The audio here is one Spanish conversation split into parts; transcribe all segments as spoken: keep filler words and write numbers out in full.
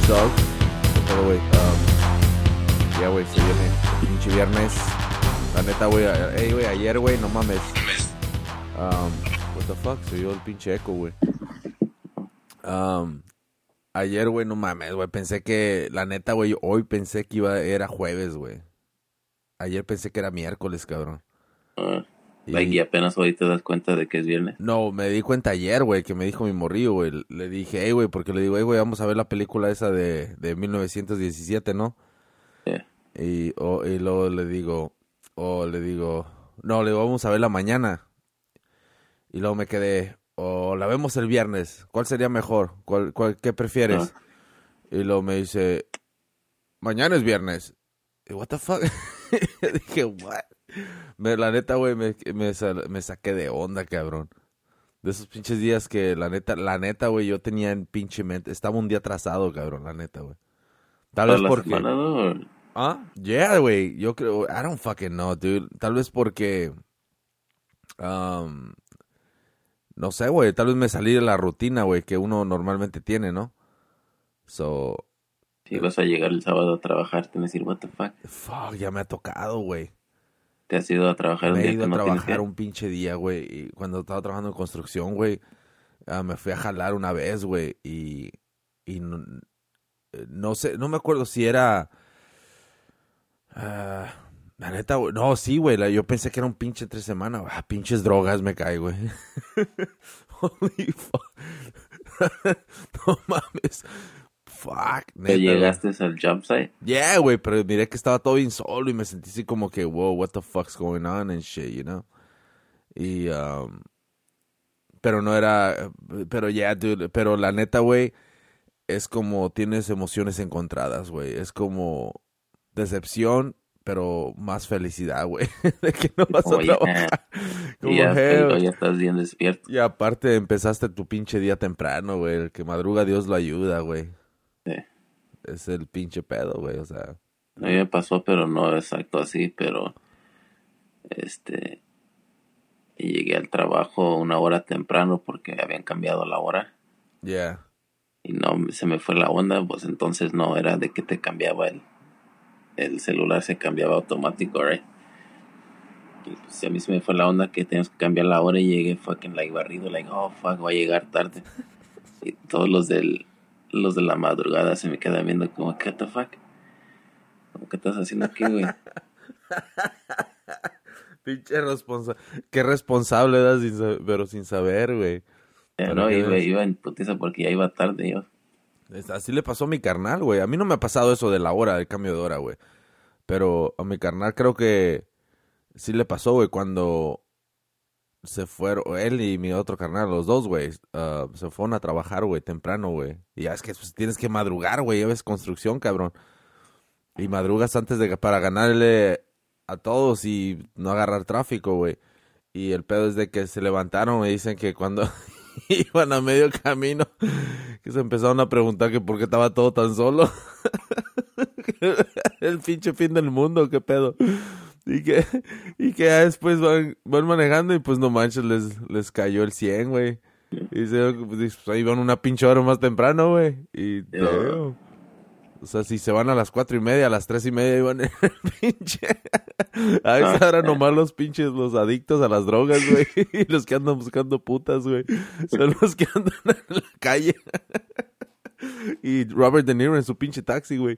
dog. Pero, güey, um, ya, güey, se viene el pinche viernes. La neta, güey, hey, güey, ayer, güey, no mames. Um, what the fuck, se dio el pinche eco, güey. Um, ayer, güey, no mames, güey, pensé que, la neta, güey, hoy pensé que iba, era jueves, güey. Ayer pensé que era miércoles, cabrón. Uh, y... Like, y apenas hoy te das cuenta de que es viernes. No, me di cuenta ayer, güey, que me dijo mi morrillo, güey. Le dije, hey, güey, porque le digo, hey, güey, vamos a ver la película esa de, de mil novecientos diecisiete, ¿no? Yeah. Y, oh, y luego le digo, o oh, le digo, no, le digo, vamos a verla mañana. Y luego me quedé, o oh, la vemos el viernes, ¿cuál sería mejor? ¿Cuál, cuál, ¿Qué prefieres? Uh. Y luego me dice, mañana es viernes. Y, what the fuck? Dije, what? Me, la neta, güey, me, me, me saqué de onda, cabrón. De esos pinches días que, la neta, la neta, güey, yo tenía en pinche mente, estaba un día atrasado, cabrón, la neta, güey. Tal vez porque... semana, ¿no? Ah, yeah, güey, yo creo, I don't fucking know, dude. Tal vez porque, um, no sé, güey, tal vez me salí de la rutina, güey, que uno normalmente tiene, ¿no? So... Si vas a llegar el sábado a trabajar, te vas a decir, what the fuck. Fuck, ya me ha tocado, güey. ¿Te has ido a trabajar un me día he ido que a no trabajar que... un pinche día, güey. Y cuando estaba trabajando en construcción, güey, uh, me fui a jalar una vez, güey. Y, y no, no sé, no me acuerdo si era... Uh, la neta, güey. No, sí, güey. Yo pensé que era un pinche entre semana. Ah, pinches drogas me cae, güey. Holy fuck. No mames. Fuck, neta. ¿Te llegaste al job site? Yeah, güey, pero miré que estaba todo bien solo y me sentí así como que, wow, what the fuck's going on and shit, you know? Y, um, pero no era, pero yeah, dude, pero la neta, güey, es como tienes emociones encontradas, güey. Es como decepción, pero más felicidad, güey, de que no vas oh, a yeah. trabajar. Como, ya, hey, ya estás bien despierto. Y aparte empezaste tu pinche día temprano, güey. El que madruga Dios lo ayuda, güey. Sí. Es el pinche pedo, güey, o sea. A mí me pasó, pero no exacto así, pero este y llegué al trabajo una hora temprano porque habían cambiado la hora. Yeah. Y no, se me fue la onda, pues entonces no era de que te cambiaba el el celular, se cambiaba automático, right? Y pues a mí se me fue la onda que tenías que cambiar la hora y llegué fucking like barrido, like, oh fuck, voy a llegar tarde. Y todos los del los de la madrugada se me quedan viendo como, what the fuck? ¿Qué estás haciendo aquí, güey? Pinche responsable. Qué responsable eras, sin saber, pero sin saber, güey. Eh, no, iba, iba en putiza porque ya iba tarde yo. Así le pasó a mi carnal, güey. A mí no me ha pasado eso de la hora, del cambio de hora, güey. Pero a mi carnal creo que sí le pasó, güey, cuando se fueron, él y mi otro carnal, los dos, güey, uh, se fueron a trabajar, güey, temprano, güey. Y ya es que pues, tienes que madrugar, güey, ya ves construcción, cabrón. Y madrugas antes de para ganarle a todos y no agarrar tráfico, güey. Y el pedo es de que se levantaron y dicen que cuando iban a medio camino, que se empezaron a preguntar que por qué estaba todo tan solo. El pinche fin del mundo, qué pedo. Y que, y que ya después van, van manejando y pues no manches, les, les cayó el cien, güey. Y se, pues, ahí van una pinche hora más temprano, güey. Y yeah. O sea, si se van a las cuatro y media, a las tres y media iban en el pinche. A esa hora nomás los pinches, los adictos a las drogas, güey. Y los que andan buscando putas, güey. Son los que andan en la calle. Y Robert De Niro en su pinche taxi, güey.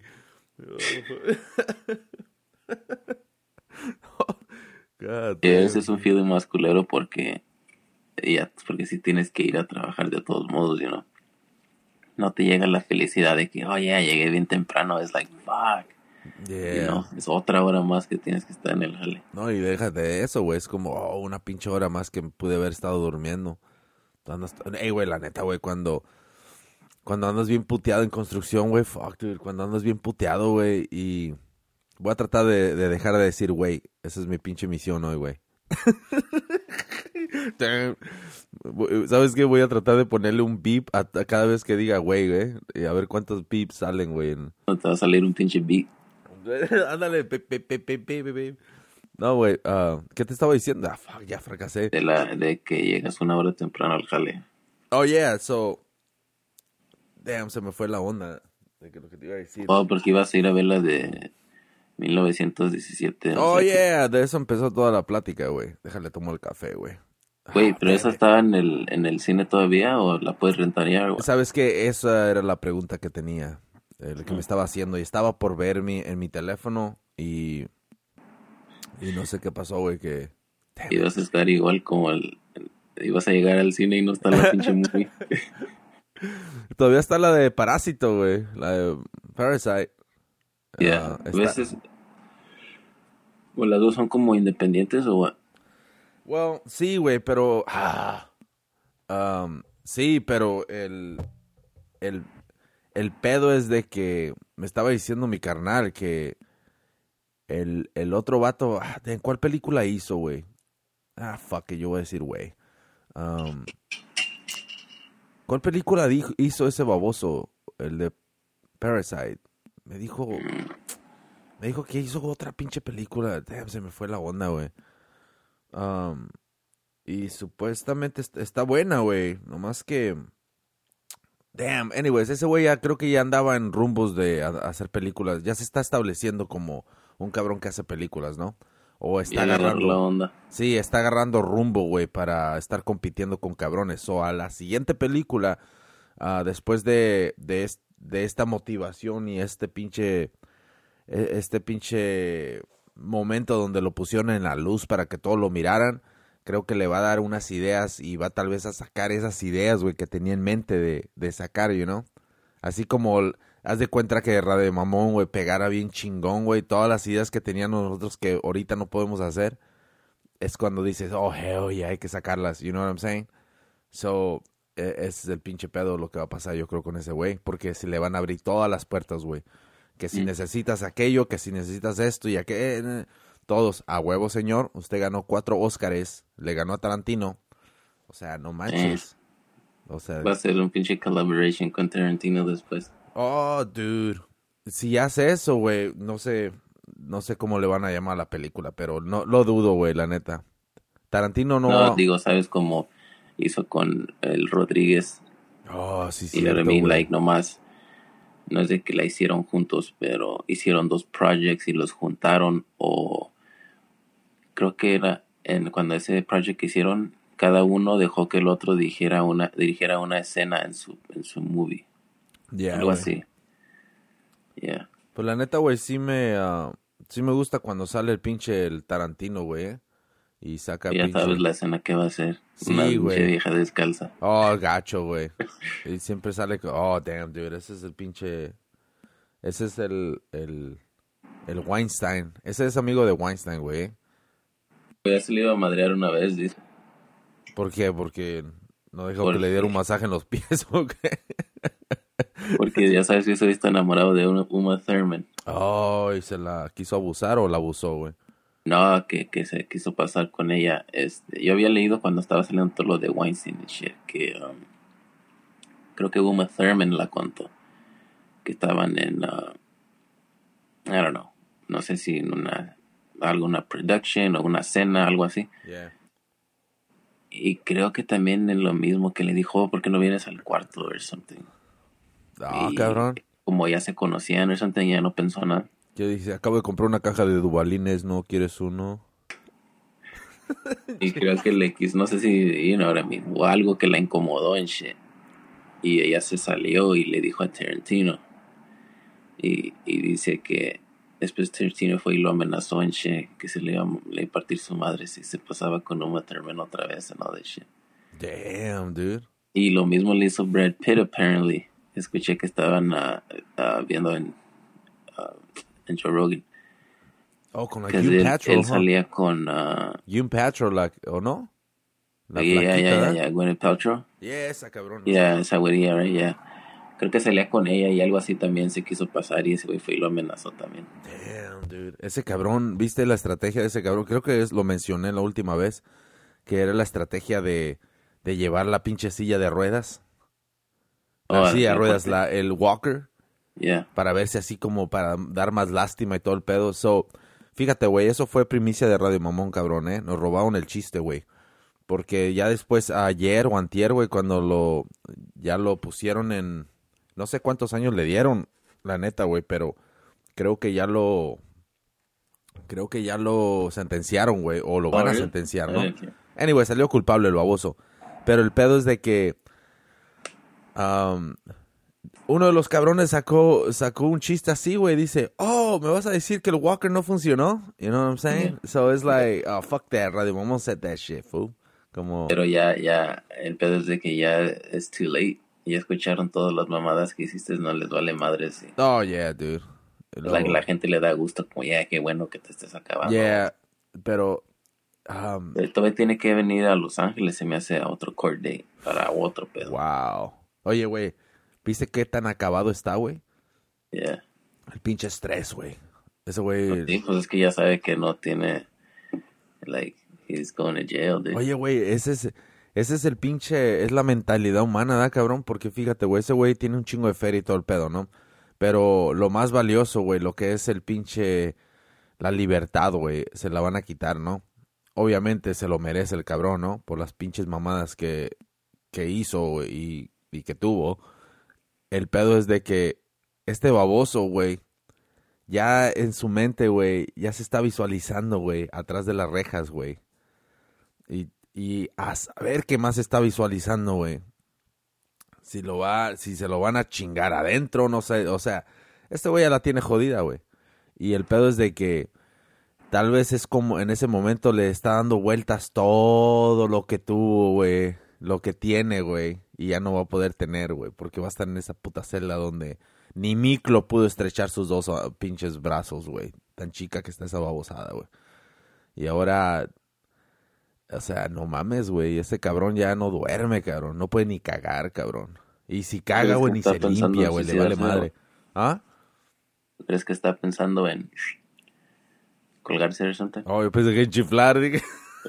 God, y ese es un feeling más culero porque ya, porque si tienes que ir a trabajar de todos modos, you know. No te llega la felicidad de que, oh yeah, llegué bien temprano. Es like, fuck. Yeah. You know, es otra hora más que tienes que estar en el jale. No, y déjate de eso, güey. Es como, oh, una pinche hora más que pude haber estado durmiendo. Ey, güey, la neta, güey, cuando... Cuando andas bien puteado en construcción, güey, fuck, dude. Cuando andas bien puteado, güey, y... Voy a tratar de, de dejar de decir, güey, esa es mi pinche misión hoy, güey. ¿Sabes qué? Voy a tratar de ponerle un beep a, a cada vez que diga, güey, güey. Y a ver cuántos beeps salen, güey. No te va a salir un pinche beep. Ándale, pe, pe, pe, pe, pe, pe. No, güey, uh, ¿qué te estaba diciendo? Ah, fuck, ya fracasé. De, la, de que llegas una hora temprano al jale. Oh, yeah, so... Damn, se me fue la onda. De que lo que te iba a decir. Oh, porque ibas a ir a ver la de mil novecientos diecisiete. Oh, o sea yeah, de eso empezó toda la plática, güey. Déjale, tomo el café, güey. Güey, Ah, ¿pero esa damn it. estaba en el, en el cine todavía o la puedes rentar ya? Güey? ¿Sabes qué? Esa era la pregunta que tenía, el que me estaba haciendo. Y estaba por ver mi, en mi teléfono y... Y no sé qué pasó, güey, que... Damn it. Ibas a estar igual como el... el- ibas a llegar al cine y no está la pinche movie. Todavía está la de Parásito, güey. La de Parasite. Ya, Ah, a está- veces... O las dos son como independientes o what? Well, sí, güey, pero... ah, um, sí, pero el, el, el pedo es de que me estaba diciendo mi carnal que el, el otro vato... ah, ¿en cuál película hizo, güey? Ah, fuck, it, yo voy a decir, güey. Um, ¿Cuál película dijo- hizo ese baboso? El de Parasite. Me dijo... Me dijo que hizo otra pinche película. Damn, se me fue la onda, güey. Um, y supuestamente est- está buena, güey. Nomás que... Damn, anyways, ese güey ya creo que ya andaba en rumbos de a- a hacer películas. Ya se está estableciendo como un cabrón que hace películas, ¿no? O Y está agarrar agarrando... la onda. Sí, está agarrando rumbo, güey, para estar compitiendo con cabrones. O a la siguiente película, ah, después de, de, es- de esta motivación y este pinche, e- este pinche momento donde lo pusieron en la luz para que todos lo miraran, creo que le va a dar unas ideas y va tal vez a sacar esas ideas, güey, que tenía en mente de, de sacar, you know? Así como, el- haz de cuenta que Radio Mamón, güey, pegara bien chingón, güey, todas las ideas que teníamos nosotros que ahorita no podemos hacer, es cuando dices, oh, hell yeah, hay que sacarlas, you know what I'm saying? So, e- ese es el pinche pedo lo que va a pasar, yo creo, con ese güey, porque se le van a abrir todas las puertas, güey. Que si Mm. necesitas aquello, que si necesitas esto y aquello, todos, a huevo, señor, usted ganó cuatro Óscares, le ganó a Tarantino, o sea, no manches. O sea, Va a ser un pinche collaboration con Tarantino después. oh, dude, si hace eso, güey, no sé, no sé cómo le van a llamar a la película, pero no lo dudo, güey, la neta. Tarantino no... No, digo, ¿sabes cómo hizo con el Rodríguez? Oh, sí, Y know what I cierto, mean? güey. Like, nomás, no es de que la hicieron juntos, pero hicieron dos projects y los juntaron. O creo que era en cuando ese project que hicieron, cada uno dejó que el otro dijera una, dirigiera una escena en su, en su movie. Yeah, Algo güey. así. Yeah. Pues la neta, güey, sí me, ah, sí me gusta cuando sale el pinche el Tarantino, güey, ¿eh? Y saca Ya pinche... sabes la escena que va a ser. Sí, Una pinche güey. vieja descalza. Oh, gacho, güey. Y siempre sale... co- Oh, damn, dude, ese es el pinche... Ese es el, el, el Weinstein. Ese es amigo de Weinstein, güey. Ya se le iba a madrear una vez, dice. ¿Por qué? Porque no dejó Por- que le diera un masaje en los pies, ¿o qué? Porque ya sabes que soy está enamorado de una Uma Thurman. Oh, ¿y se la quiso abusar o la abusó, güey? No, que, que se quiso pasar con ella. Este, yo había leído cuando estaba saliendo todo lo de Weinstein y shit, que um, creo que Uma Thurman la contó. Que estaban en, uh, I don't know, no sé si en una, alguna production o una cena, algo así. Yeah. Y creo que también en lo mismo que le dijo, "Oh, ¿por qué no vienes al cuarto or something?" Ah, Y cabrón. como ya se conocían or something, ya no pensó nada. Yo dije, acabo de comprar una caja de Dubalines, ¿no quieres uno? Y creo que le quiso, no sé si, you know what I mean, o algo que la incomodó en shit. Y ella se salió y le dijo a Tarantino. Y, y dice que después Tarantino fue y lo amenazó en shit, que se le iba, le iba a partir su madre si se pasaba con Uma Thurman otra vez and all that shit. Damn, dude. Y lo mismo le hizo Brad Pitt, apparently. Escuché que estaban uh, uh, viendo en, uh, en Joe Rogan. Oh, con la Que June él, Patrol, él huh? salía con... Uh, June Patrol, la, ¿o no? La yeah, yeah, flaquita, yeah, ¿verdad? yeah, Gwyneth Paltrow. Yeah, esa cabrón. Yeah, esa güería, right, yeah. Creo que salía con ella y algo así también se quiso pasar y ese güey fue y lo amenazó también. Damn, dude. Ese cabrón, ¿viste la estrategia de ese cabrón? Creo que es, lo mencioné la última vez, que era la estrategia de, de llevar la pinche silla de ruedas. La Oh, silla de el ruedas, corte. la, el walker, Yeah. para verse así como para dar más lástima y todo el pedo. So, fíjate, güey, eso fue primicia de Radio Mamón, cabrón, ¿eh? Nos robaron el chiste, güey. Porque ya después, ayer o antier, güey, cuando lo, ya lo pusieron en, no sé cuántos años le dieron, La neta, güey, pero creo que ya lo... Creo que ya lo sentenciaron, güey, o lo van a sentenciar, ¿no? Anyway, salió culpable el baboso. Pero el pedo es de que... Um, uno de los cabrones sacó sacó un chiste así, güey. Dice, oh, ¿me vas a decir que el Walker no funcionó? You know what I'm saying? Yeah. So it's like, oh, fuck that, radio. Vamos a set that shit, fool. Como... Pero ya, ya, el pedo es de que ya es too late. Ya escucharon todas las mamadas que hiciste, no les vale madres. Sí. Oh, yeah, dude. La, la gente le da gusto, como, ya, yeah, qué bueno que te estés acabando. Yeah, pero... Um, pero todavía tiene que venir a Los Ángeles, se me hace a otro court date, para otro pedo. Wow. Oye, güey, ¿viste qué tan acabado está, güey? Yeah. El pinche estrés, güey. Ese güey... Sí, pues es que ya sabe que no tiene... Like, he's going to jail, dude. Oye, güey, ese es... Ese es el pinche... Es la mentalidad humana, ¿da, cabrón? Porque fíjate, güey, ese güey tiene un chingo de feria y todo el pedo, ¿no? Pero lo más valioso, güey, lo que es el pinche... La libertad, güey, se la van a quitar, ¿no? Obviamente se lo merece el cabrón, ¿no? Por las pinches mamadas que, que hizo y, y que tuvo. El pedo es de que este baboso, güey, ya en su mente, güey, ya se está visualizando, güey, atrás de las rejas, güey. Y, y a saber qué más está visualizando, güey. Si lo va, si se lo van a chingar adentro, no sé. O sea, este güey ya la tiene jodida, güey. Y el pedo es de que tal vez es como en ese momento le está dando vueltas todo lo que tuvo, güey. Lo que tiene, güey. Y ya no va a poder tener, güey. Porque va a estar en esa puta celda donde ni Miklo pudo estrechar sus dos uh, pinches brazos, güey. Tan chica que está esa babosada, güey. Y ahora... O sea, no mames, güey. Ese cabrón ya no duerme, cabrón. No puede ni cagar, cabrón. Y si caga, güey, ni se limpia, güey. Le vale madre. ¿Ah? ¿Crees que está pensando en colgarse o something? Oh, yo pensé que en chiflar, dije.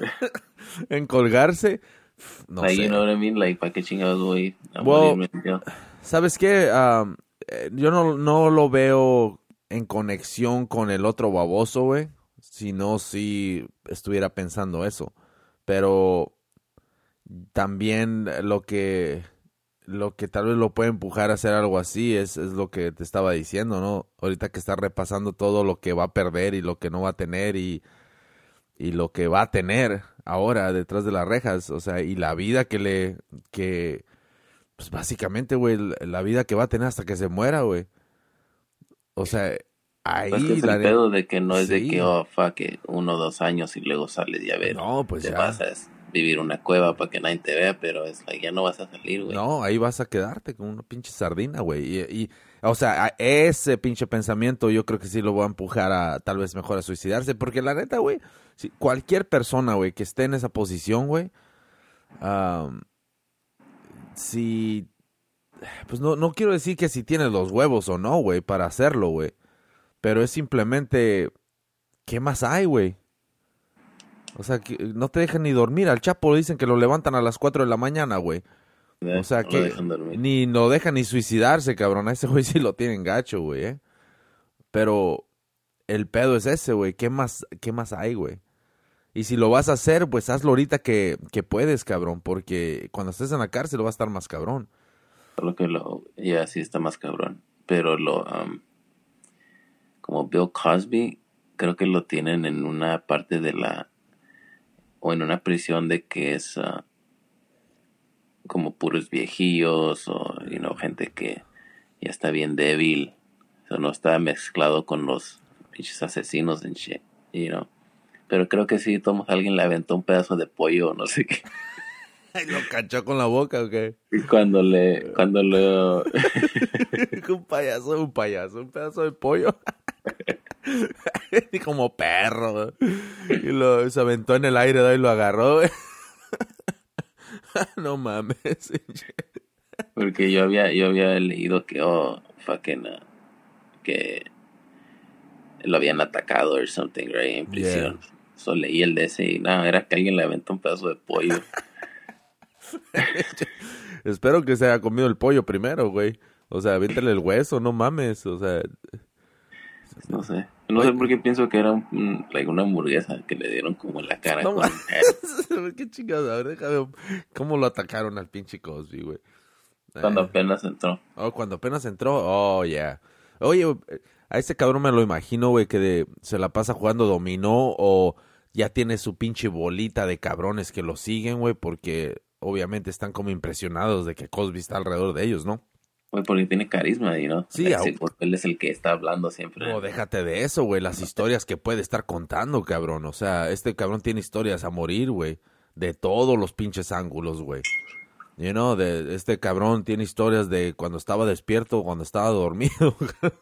En colgarse. No like, sé. You know what I mean? Like, ¿para qué chingados, güey? Well, ¿sabes qué? Um, yo no, no lo veo en conexión con el otro baboso, güey. Si no, si estuviera pensando eso. Pero también lo que lo que tal vez lo puede empujar a hacer algo así es, es lo que te estaba diciendo, ¿no? Ahorita que está repasando todo lo que va a perder y lo que no va a tener y, y lo que va a tener ahora detrás de las rejas, o sea, y la vida que le, que, pues básicamente, güey, la vida que va a tener hasta que se muera, güey. O sea, ahí... Pues que es el pedo de que no es sí. de que, oh, fuck it, uno o dos años y luego sales y a ver, no, pues te ya. vas a vivir una cueva para que nadie te vea, pero es like, ya no vas a salir, güey. No, ahí vas a quedarte con una pinche sardina, güey. Y, y, o sea, a ese pinche pensamiento yo creo que sí lo voy a empujar a tal vez mejor a suicidarse, porque la neta, güey, si cualquier persona, güey, que esté en esa posición, güey, um, si, pues no, no quiero decir que si tienes los huevos o no, güey, para hacerlo, güey, pero es simplemente, ¿qué más hay, güey? O sea, que no te dejan ni dormir. Al Chapo le dicen que lo levantan a las cuatro de la mañana, güey. O sea, no que lo ni lo dejan ni suicidarse, cabrón. A ese güey sí lo tienen gacho, güey, ¿eh? Pero el pedo es ese, güey. ¿Qué más, qué más hay, güey? Y si lo vas a hacer, pues hazlo ahorita que, que puedes, cabrón. Porque cuando estés en la cárcel va a estar más cabrón. Lo que lo... Ya, yeah, sí está más cabrón. Pero lo... Um, como Bill Cosby, creo que lo tienen en una parte de la... o en una prisión de que es uh, como puros viejillos o you know, gente que ya está bien débil, o sea, no está mezclado con los pinches asesinos en shit, you know. Pero creo que sí, Tom, alguien le aventó un pedazo de pollo o no sé qué. ¿Lo cachó con la boca o qué? Y cuando le, cuando le... un payaso, un payaso, un pedazo de pollo. Y como perro, y lo, se aventó en el aire, ¿no? Y lo agarró. No mames. Porque yo había yo había leído que oh fucking uh, que lo habían atacado o something, right, en prisión. Yeah. So leí el de ese y nada, era que alguien le aventó un pedazo de pollo. Espero que se haya comido el pollo primero, güey. O sea, aviéntale el hueso, no mames, o sea... No sé. No sé por qué pienso que era un, like una hamburguesa que le dieron como en la cara. No, con... ¿Qué chingados? A ver, déjame... ¿Cómo lo atacaron al pinche Cosby, güey? Cuando eh. apenas entró. Oh, cuando apenas entró. Oh, yeah. Oye, a este cabrón me lo imagino, güey, que de, se la pasa jugando dominó o ya tiene su pinche bolita de cabrones que lo siguen, güey, porque obviamente están como impresionados de que Cosby está alrededor de ellos, ¿no? Güey, porque tiene carisma, y ¿no? Sí, Like, au- sí, porque él es el que está hablando siempre. No, déjate de eso, güey, las historias que puede estar contando, cabrón. O sea, este cabrón tiene historias a morir, güey, de todos los pinches ángulos, güey. You know, de, este cabrón tiene historias de cuando estaba despierto, cuando estaba dormido.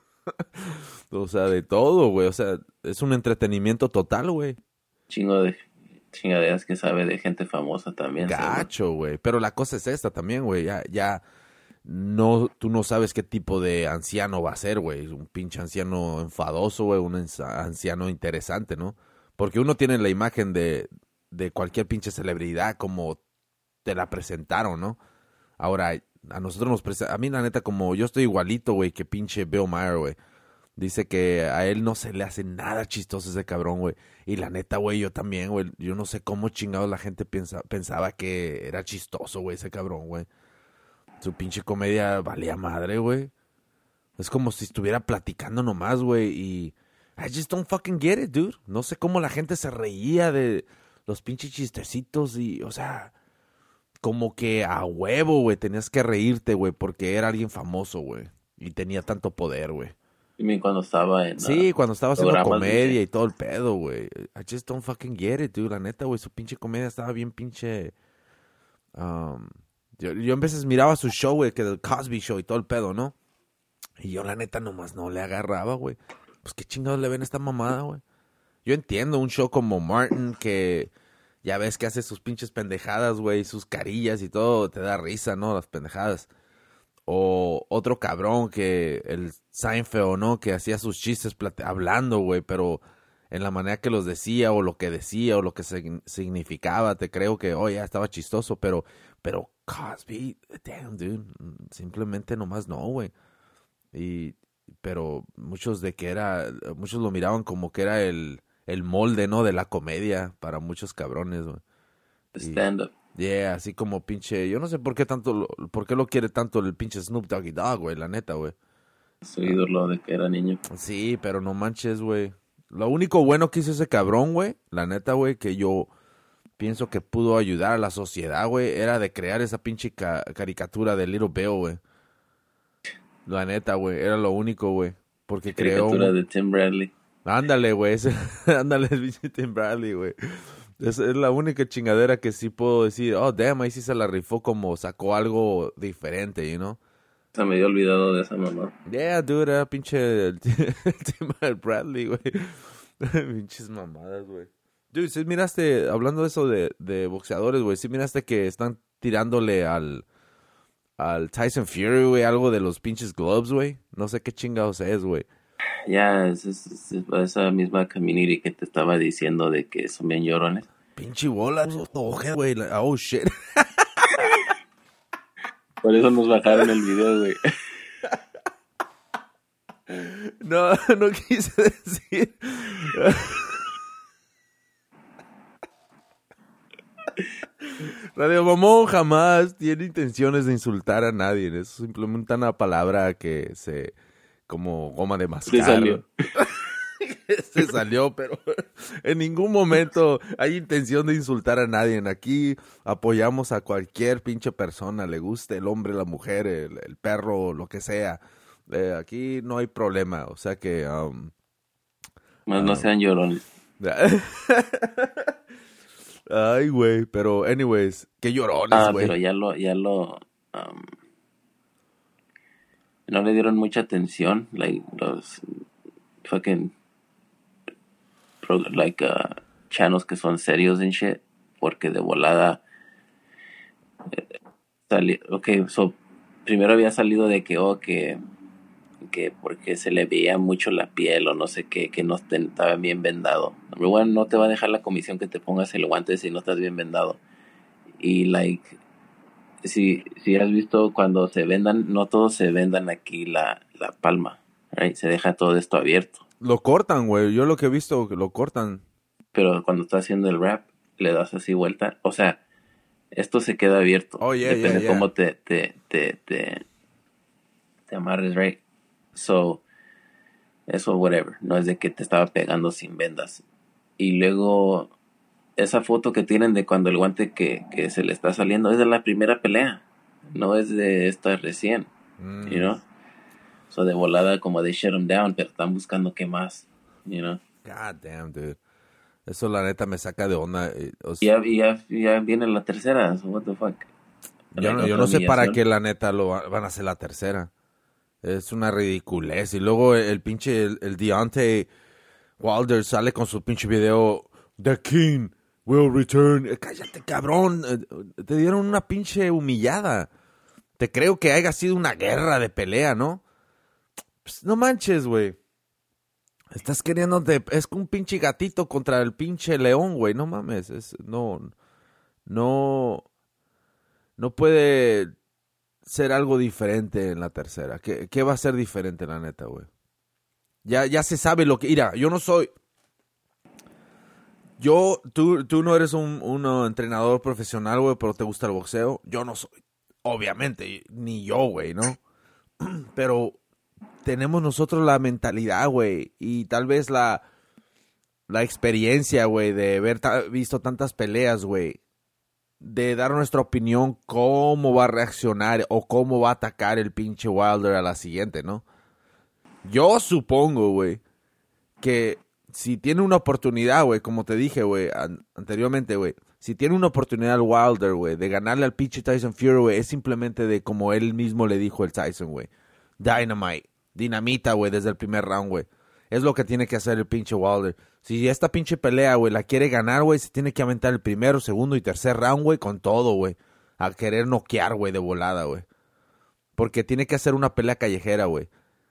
O sea, de todo, güey. O sea, es un entretenimiento total, güey. Chingo de chingaderas que sabe de gente famosa también. seguro. Gacho, güey. Pero la cosa es esta también, güey. Ya, ya, no, tú no sabes qué tipo de anciano va a ser, güey. Un pinche anciano enfadoso, güey. Un ensa- anciano interesante, ¿no? Porque uno tiene la imagen de, de cualquier pinche celebridad como te la presentaron, ¿no? Ahora, a nosotros nos presenta, a mí la neta, como yo estoy igualito, güey, que pinche Bill Maher, güey. Dice que a él no se le hace nada chistoso ese cabrón, güey. Y la neta, güey, yo también, güey. Yo no sé cómo chingados la gente piensa, pensaba que era chistoso, güey, ese cabrón, güey. Su pinche comedia valía madre, güey. Es como si estuviera platicando nomás, güey. Y I just don't fucking get it, dude. No sé cómo la gente se reía de los pinches chistecitos y, o sea, como que a huevo, güey, tenías que reírte, güey, porque era alguien famoso, güey. Y tenía tanto poder, güey. I mean, cuando estaba en... Sí, uh, cuando estaba haciendo programas comedia de- y todo el pedo, güey. I just don't fucking get it, dude. La neta, güey, su pinche comedia estaba bien pinche... um, yo, yo en veces miraba su show, güey, que el Cosby Show y todo el pedo, ¿no? Y yo la neta nomás no le agarraba, güey. Pues qué chingados le ven a esta mamada, güey. Yo entiendo un show como Martin que ya ves que hace sus pinches pendejadas, güey, sus carillas y todo, te da risa, ¿no? Las pendejadas. O otro cabrón que el Seinfeld, ¿no? Que hacía sus chistes plate- hablando, güey, pero en la manera que los decía o lo que decía o lo que sig- significaba, te creo que, oh, ya estaba chistoso, pero, pero Cosby, damn, dude, simplemente nomás no, güey. Y, pero muchos de que era, muchos lo miraban como que era el, el molde, ¿no? De la comedia para muchos cabrones, güey. de stand-up. Yeah, así como pinche, yo no sé por qué tanto, lo- por qué lo quiere tanto el pinche Snoop Doggy Dogg, güey, la neta, güey. Su ídolo de que era niño. Sí, pero no manches, güey. Lo único bueno que hizo ese cabrón, güey, la neta, güey, que yo pienso que pudo ayudar a la sociedad, güey, era de crear esa pinche ca- caricatura de Little Bill, güey. La neta, güey, era lo único, güey. Porque creó... Caricatura de Tim Bradley. Ándale, güey, ese- ándale, el pinche Tim Bradley, güey. Es, es la única chingadera que sí puedo decir, oh, damn, ahí sí se la rifó como sacó algo diferente, you know? Se me había olvidado de esa mamá. Yeah, dude, era pinche el, el tema del Bradley, güey. Pinches mamadas, güey. Dude, ¿sí miraste, hablando de eso de, de boxeadores, güey, sí miraste que están tirándole al, al Tyson Fury, güey, algo de los pinches gloves, güey? No sé qué chingados es, güey. Ya, es, es- es- es esa misma community que te estaba diciendo de que son bien llorones. Pinche bola, oje, güey. la- Oh, shit. Por eso nos bajaron el video, güey. No, no quise decir. Radio Mamón jamás tiene intenciones de insultar a nadie. Es simplemente una palabra que se... como goma de mascar. Se salió. Se salió, pero en ningún momento hay intención de insultar a nadie. Aquí apoyamos a cualquier pinche persona, le guste el hombre, la mujer, el, el perro, lo que sea. Eh, aquí no hay problema, o sea que... um, Más no sean llorones. Ay, güey, pero anyways, qué llorones, Ah, güey. pero ya lo, ya lo, um, no le dieron mucha atención, like, los fucking, pro, like, uh, channels que son serios and shit, porque de volada, eh, salió, okay, so, primero había salido de que, oh, que, que porque se le veía mucho la piel o no sé qué, que no te- estaba bien vendado. Number one, no te va a dejar la comisión que te pongas el guante si no estás bien vendado. Y, like, si, si has visto cuando se vendan, no todos se vendan aquí la, la palma, right? Se deja todo esto abierto. Lo cortan, güey. Yo lo que he visto, que lo cortan. Pero cuando estás haciendo el wrap, le das así vuelta. O sea, esto se queda abierto. Oh, yeah, Depende yeah, yeah. cómo te, te, te, te, te amarres, right? So, eso, whatever. No es de que te estaba pegando sin vendas. Y luego, esa foto que tienen de cuando el guante que, que se le está saliendo es de la primera pelea. No es de esta recién. Mm. You know? So de volada como de shut him down, pero están buscando qué más. You know? God damn, dude. Eso la neta me saca de onda. O sea, y ya, ya, ya viene la tercera. So what the fuck. Yo no, yo no sé para qué la neta lo va, van a hacer la tercera. Es una ridiculez. Y luego el, el pinche, el, el Deontay Wilder sale con su pinche video. The King will return. Cállate, cabrón. Te dieron una pinche humillada. Te creo que haya sido una guerra de pelea, ¿no? Pues no manches, güey. Estás queriéndote... Es un pinche gatito contra el pinche león, güey. No mames. Es, no... No... No puede ser algo diferente en la tercera. ¿Qué, qué va a ser diferente, la neta, güey? Ya, ya se sabe lo que... Mira, yo no soy... Yo... Tú, tú no eres un, un entrenador profesional, güey, pero te gusta el boxeo. Yo no soy. Obviamente. Ni yo, güey, ¿no? Pero... tenemos nosotros la mentalidad, güey, y tal vez la, la experiencia, güey, de haber ta- visto tantas peleas, güey, de dar nuestra opinión cómo va a reaccionar o cómo va a atacar el pinche Wilder a la siguiente, ¿no? Yo supongo, güey, que si tiene una oportunidad, güey, como te dije, güey, an- anteriormente, güey, si tiene una oportunidad el Wilder, güey, de ganarle al pinche Tyson Fury, güey, es simplemente de como él mismo le dijo el Tyson, güey, Dynamite. Dinamita, güey, desde el primer round, güey. Es lo que tiene que hacer el pinche Wilder. Si esta pinche pelea, güey, la quiere ganar, güey, se tiene que aventar el primero, segundo y tercer round, güey, con todo, güey. A querer noquear, güey, de volada, güey. Porque tiene que hacer una pelea callejera, güey.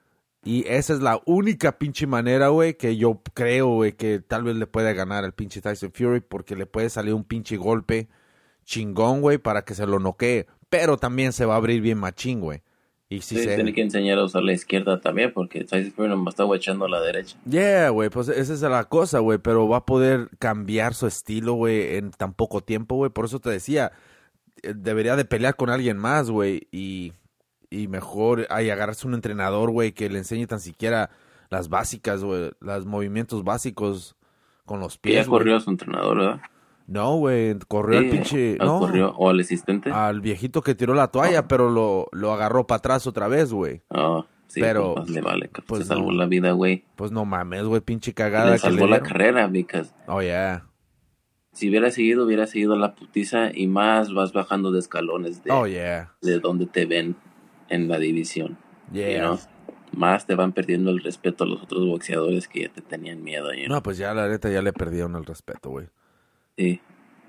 Y esa es la única pinche manera, güey, que yo creo, güey, que tal vez le pueda ganar al pinche Tyson Fury, porque le puede salir un pinche golpe chingón, güey, para que se lo noquee. Pero también se va a abrir bien machín, güey. Y si sí, se... tiene que enseñar a usar la izquierda también, porque Tyson Fury no está echando a la derecha. Yeah, güey, pues esa es la cosa, güey, pero va a poder cambiar su estilo, güey, en tan poco tiempo, güey. Por eso te decía, debería de pelear con alguien más, güey, y, y mejor ay, agarrarse un entrenador, güey, que le enseñe tan siquiera las básicas, güey, los movimientos básicos con los pies. Ya corrió a su entrenador, ¿verdad? No, güey, corrió sí, al pinche... ¿al no, corrió? ¿O al asistente? Al viejito que tiró la toalla, oh. pero lo, lo agarró para atrás otra vez, güey. Oh, sí, pero, pues le vale, que pues se salvó no, la vida, güey. Pues no mames, güey, pinche cagada. Le salvó que le la dieron. carrera, because... Oh, yeah. Si hubiera seguido, hubiera seguido la putiza y más vas bajando de escalones de, oh, yeah. de donde te ven en la división. Yeah. You know? Más te van perdiendo el respeto a los otros boxeadores que ya te tenían miedo. You know? No, pues ya la neta ya le perdieron el respeto, güey. Sí.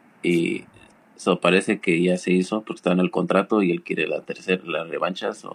Y so, parece que ya se hizo porque está en el contrato y él quiere la tercera, la revancha. So,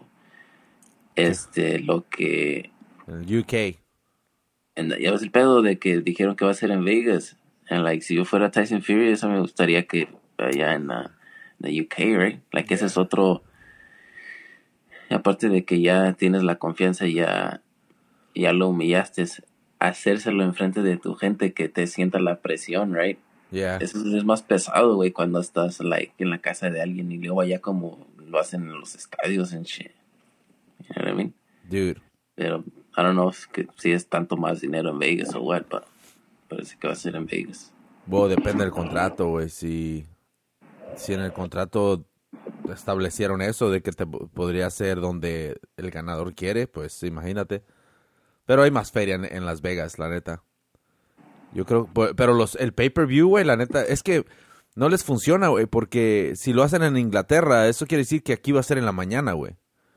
este, lo que... El U K. En, ya ves el pedo de que dijeron que va a ser en Vegas. And like, si yo fuera Tyson Fury, eso me gustaría que allá en la, la U K, right? Like, ese es otro... Aparte de que ya tienes la confianza y ya, ya lo humillaste, hacérselo enfrente de tu gente que te sienta la presión, right? Yeah. Eso es más pesado, güey, cuando estás, like, en la casa de alguien y luego allá como lo hacen en los estadios and shit. You know what I mean? Dude. Pero, I don't know if, que, si es tanto más dinero en Vegas o what, but parece que va a ser en Vegas. Bueno, depende del contrato, güey. Si, si en el contrato establecieron eso de que te podría ser donde el ganador quiere, pues imagínate. Pero hay más feria en, en Las Vegas, la neta. Yo creo, pero los el pay-per-view, güey, la neta, es que no les funciona, güey, porque si lo hacen en Inglaterra, eso quiere decir que aquí va a ser en la mañana, güey.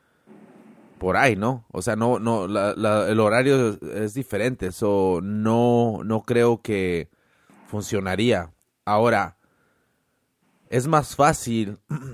Por ahí, ¿no? O sea, no, no, la, la, el horario es diferente, eso no, no creo que funcionaría. Ahora, es más fácil,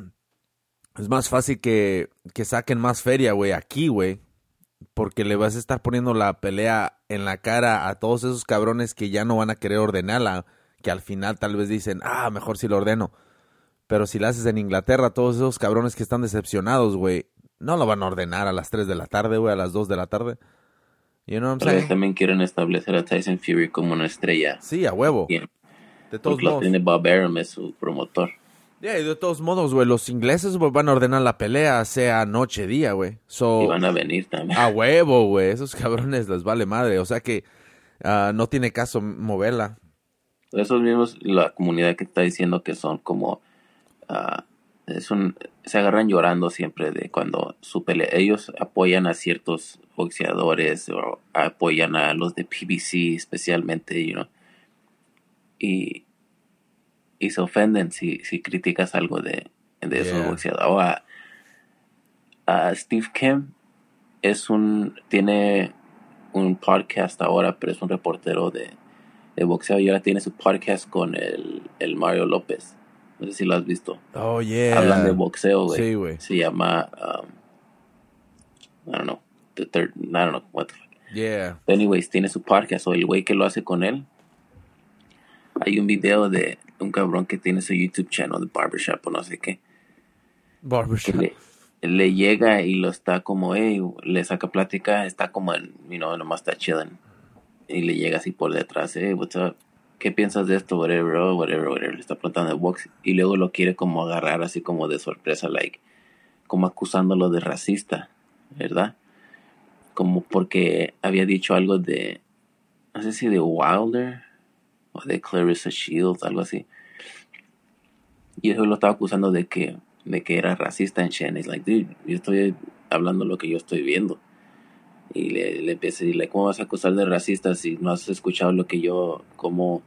es más fácil que, que saquen más feria, güey, aquí, güey. Porque le vas a estar poniendo la pelea en la cara a todos esos cabrones que ya no van a querer ordenarla, que al final tal vez dicen, ah, mejor si lo ordeno. Pero si la haces en Inglaterra, todos esos cabrones que están decepcionados, güey, no lo van a ordenar a las tres de la tarde, güey, a las dos de la tarde. You know what I'm Pero saying? también quieren establecer a Tyson Fury como una estrella. Sí, a huevo. Bien. De todos Porque lo modos. tiene Bob Arum, es su promotor. Yeah, y de todos modos, güey, los ingleses wey, van a ordenar la pelea sea noche, día, güey. So, y van a venir también. A huevo, güey. Esos cabrones les vale madre. O sea que uh, no tiene caso moverla. Esos mismos, la comunidad que está diciendo que son como... Uh, es un, se agarran llorando siempre de cuando su pelea... Ellos apoyan a ciertos boxeadores o apoyan a los de P B C especialmente, you know. Y... y se ofenden si, si criticas algo de, de esos Yeah. boxeadores. O a, a Steve Kim es un tiene un podcast ahora, pero es un reportero de, de boxeo y ahora tiene su podcast con el, el Mario López. No sé si lo has visto. Oh, yeah. Hablan de boxeo, güey. Sí, güey. Se llama um, I don't know. The third, I don't know what the fuck. Yeah. Anyways, tiene su podcast o el güey que lo hace con él. Hay un video de un cabrón que tiene su YouTube channel de Barbershop o no sé qué. Barbershop. Le, le llega y lo está como, hey, le saca plática, está como en, you know, nomás está chilling. Y le llega así por detrás, hey, what's up? ¿Qué piensas de esto? Whatever, oh, whatever, whatever. Le está preguntando de box. Y luego lo quiere como agarrar así como de sorpresa, like, como acusándolo de racista, ¿verdad? Como porque había dicho algo de, no sé si de Wilder o de Clarissa Shields, algo así. Y eso lo estaba acusando de que, de que era racista en Shen. Es like, dude, yo estoy hablando lo que yo estoy viendo. Y le, le empieza a decir, like, ¿cómo vas a acusar de racista si no has escuchado lo que yo, como,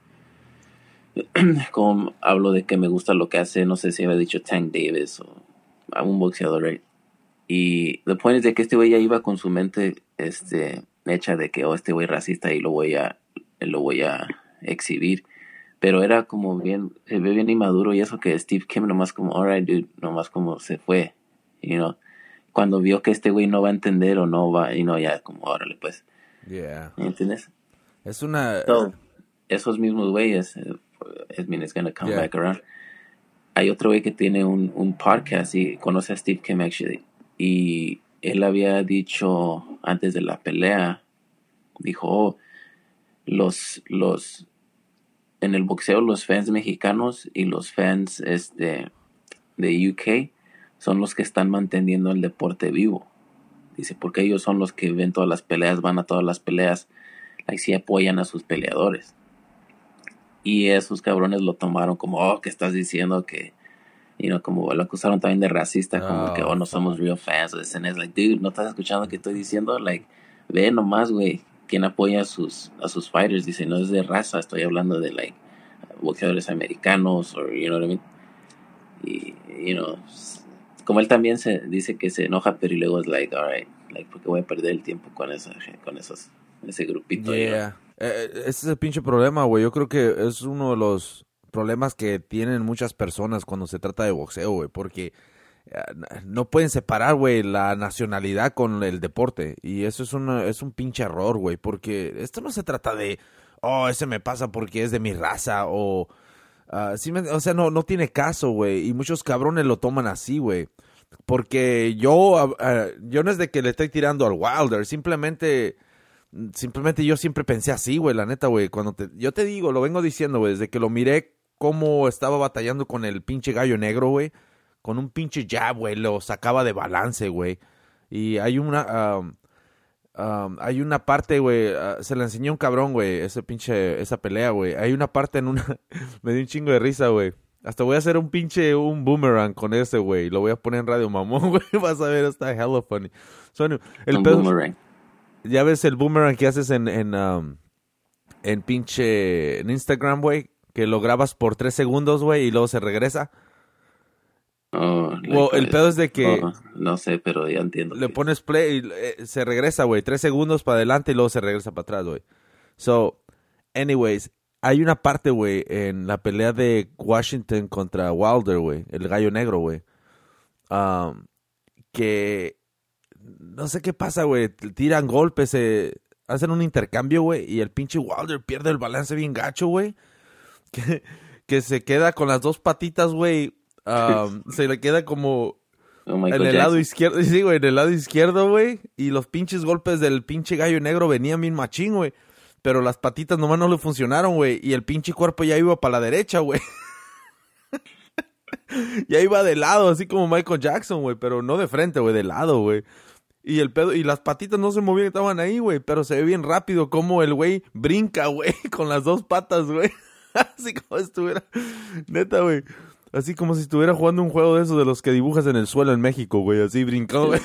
como hablo de que me gusta lo que hace, no sé si había dicho Tank Davis o algún boxeador, right? Y the point es de que este güey ya iba con su mente este, hecha de que, oh, este güey racista y lo voy a, lo voy a exhibir. Pero era como bien, se ve bien inmaduro y eso que Steve Kim nomás como, alright dude, nomás como se fue, you know. Cuando vio que este güey no va a entender o no va, y no, ya como, órale pues. Yeah. ¿Entiendes? Es una... So, esos mismos güeyes, eh, I mean, it's gonna come Yeah. back around. Hay otro güey que tiene un, un podcast y conoce a Steve Kim actually. Y él había dicho antes de la pelea, dijo, oh, los, los, en el boxeo los fans mexicanos y los fans este, de U K son los que están manteniendo el deporte vivo. Dice, porque ellos son los que ven todas las peleas, van a todas las peleas, ahí sí apoyan a sus peleadores. Y esos cabrones lo tomaron como, oh, ¿qué estás diciendo? Que, you know, como lo acusaron también de racista, como Oh, que, oh, no somos real fans. Es like, dude, ¿no estás escuchando lo que estoy diciendo? Like, ve nomás, güey, quién apoya a sus, a sus fighters. Dice, no es de raza, estoy hablando de, like, boxeadores americanos, or, you know what I mean? Y, you know, como él también se dice que se enoja, pero y luego es like, alright, like, porque voy a perder el tiempo con esa, con esos, ese grupito. Yeah. You know? Eh, ese es el pinche problema, güey. Yo creo que es uno de los problemas que tienen muchas personas cuando se trata de boxeo, güey. Porque eh, no pueden separar, güey, la nacionalidad con el deporte. Y eso es, una, es un pinche error, güey. Porque esto no se trata de, oh, ese me pasa porque es de mi raza o... Uh, sí me, o sea, no, no tiene caso, güey. Y muchos cabrones lo toman así, güey. Porque yo, uh, yo no es de que le estoy tirando al Wilder. Simplemente, simplemente yo siempre pensé así, güey, la neta, güey. Cuando te, yo te digo, lo vengo diciendo, güey, desde que lo miré cómo estaba batallando con el pinche gallo negro, güey. Con un pinche jab, güey, lo sacaba de balance, güey. Y hay una... Um, Um, hay una parte, güey, uh, se la enseñó un cabrón, güey, ese pinche, esa pelea, güey. Hay una parte en una, me dio un chingo de risa, güey. Hasta voy a hacer un pinche, un boomerang con ese, güey. Lo voy a poner en Radio Mamón, güey. Vas a ver, está hella funny. So, el un pedo, boomerang. ya ves el boomerang que haces en, en, um, en pinche, en Instagram, güey. Que lo grabas por tres segundos, güey, y luego se regresa. Oh, like, Well, el pedo es de que... oh, no sé, pero ya entiendo. Le que... pones play y eh, se regresa, güey. Tres segundos para adelante y luego se regresa para atrás, güey. So, anyways, hay una parte, güey, en la pelea de Washington contra Wilder, güey. El gallo negro, güey. Um, que... No sé qué pasa, güey. Tiran golpes, eh, hacen un intercambio, güey. Y el pinche Wilder pierde el balance bien gacho, güey. Que, que se queda con las dos patitas, güey. Um, se le queda como oh, en Michael el Jackson. lado izquierdo, sí, güey, en el lado izquierdo, güey, y los pinches golpes del pinche gallo negro venían bien machín, güey, pero las patitas nomás no le funcionaron, güey, y el pinche cuerpo ya iba para la derecha, güey. Y ahí va de lado, así como Michael Jackson, güey, pero no de frente, güey, de lado, güey. Y el pedo, y las patitas no se movían, estaban ahí, güey, pero se ve bien rápido como el güey brinca, güey, con las dos patas, güey. Así como si estuviera, neta, güey. Así como si estuviera jugando un juego de esos de los que dibujas en el suelo en México, güey. Así brincando, güey.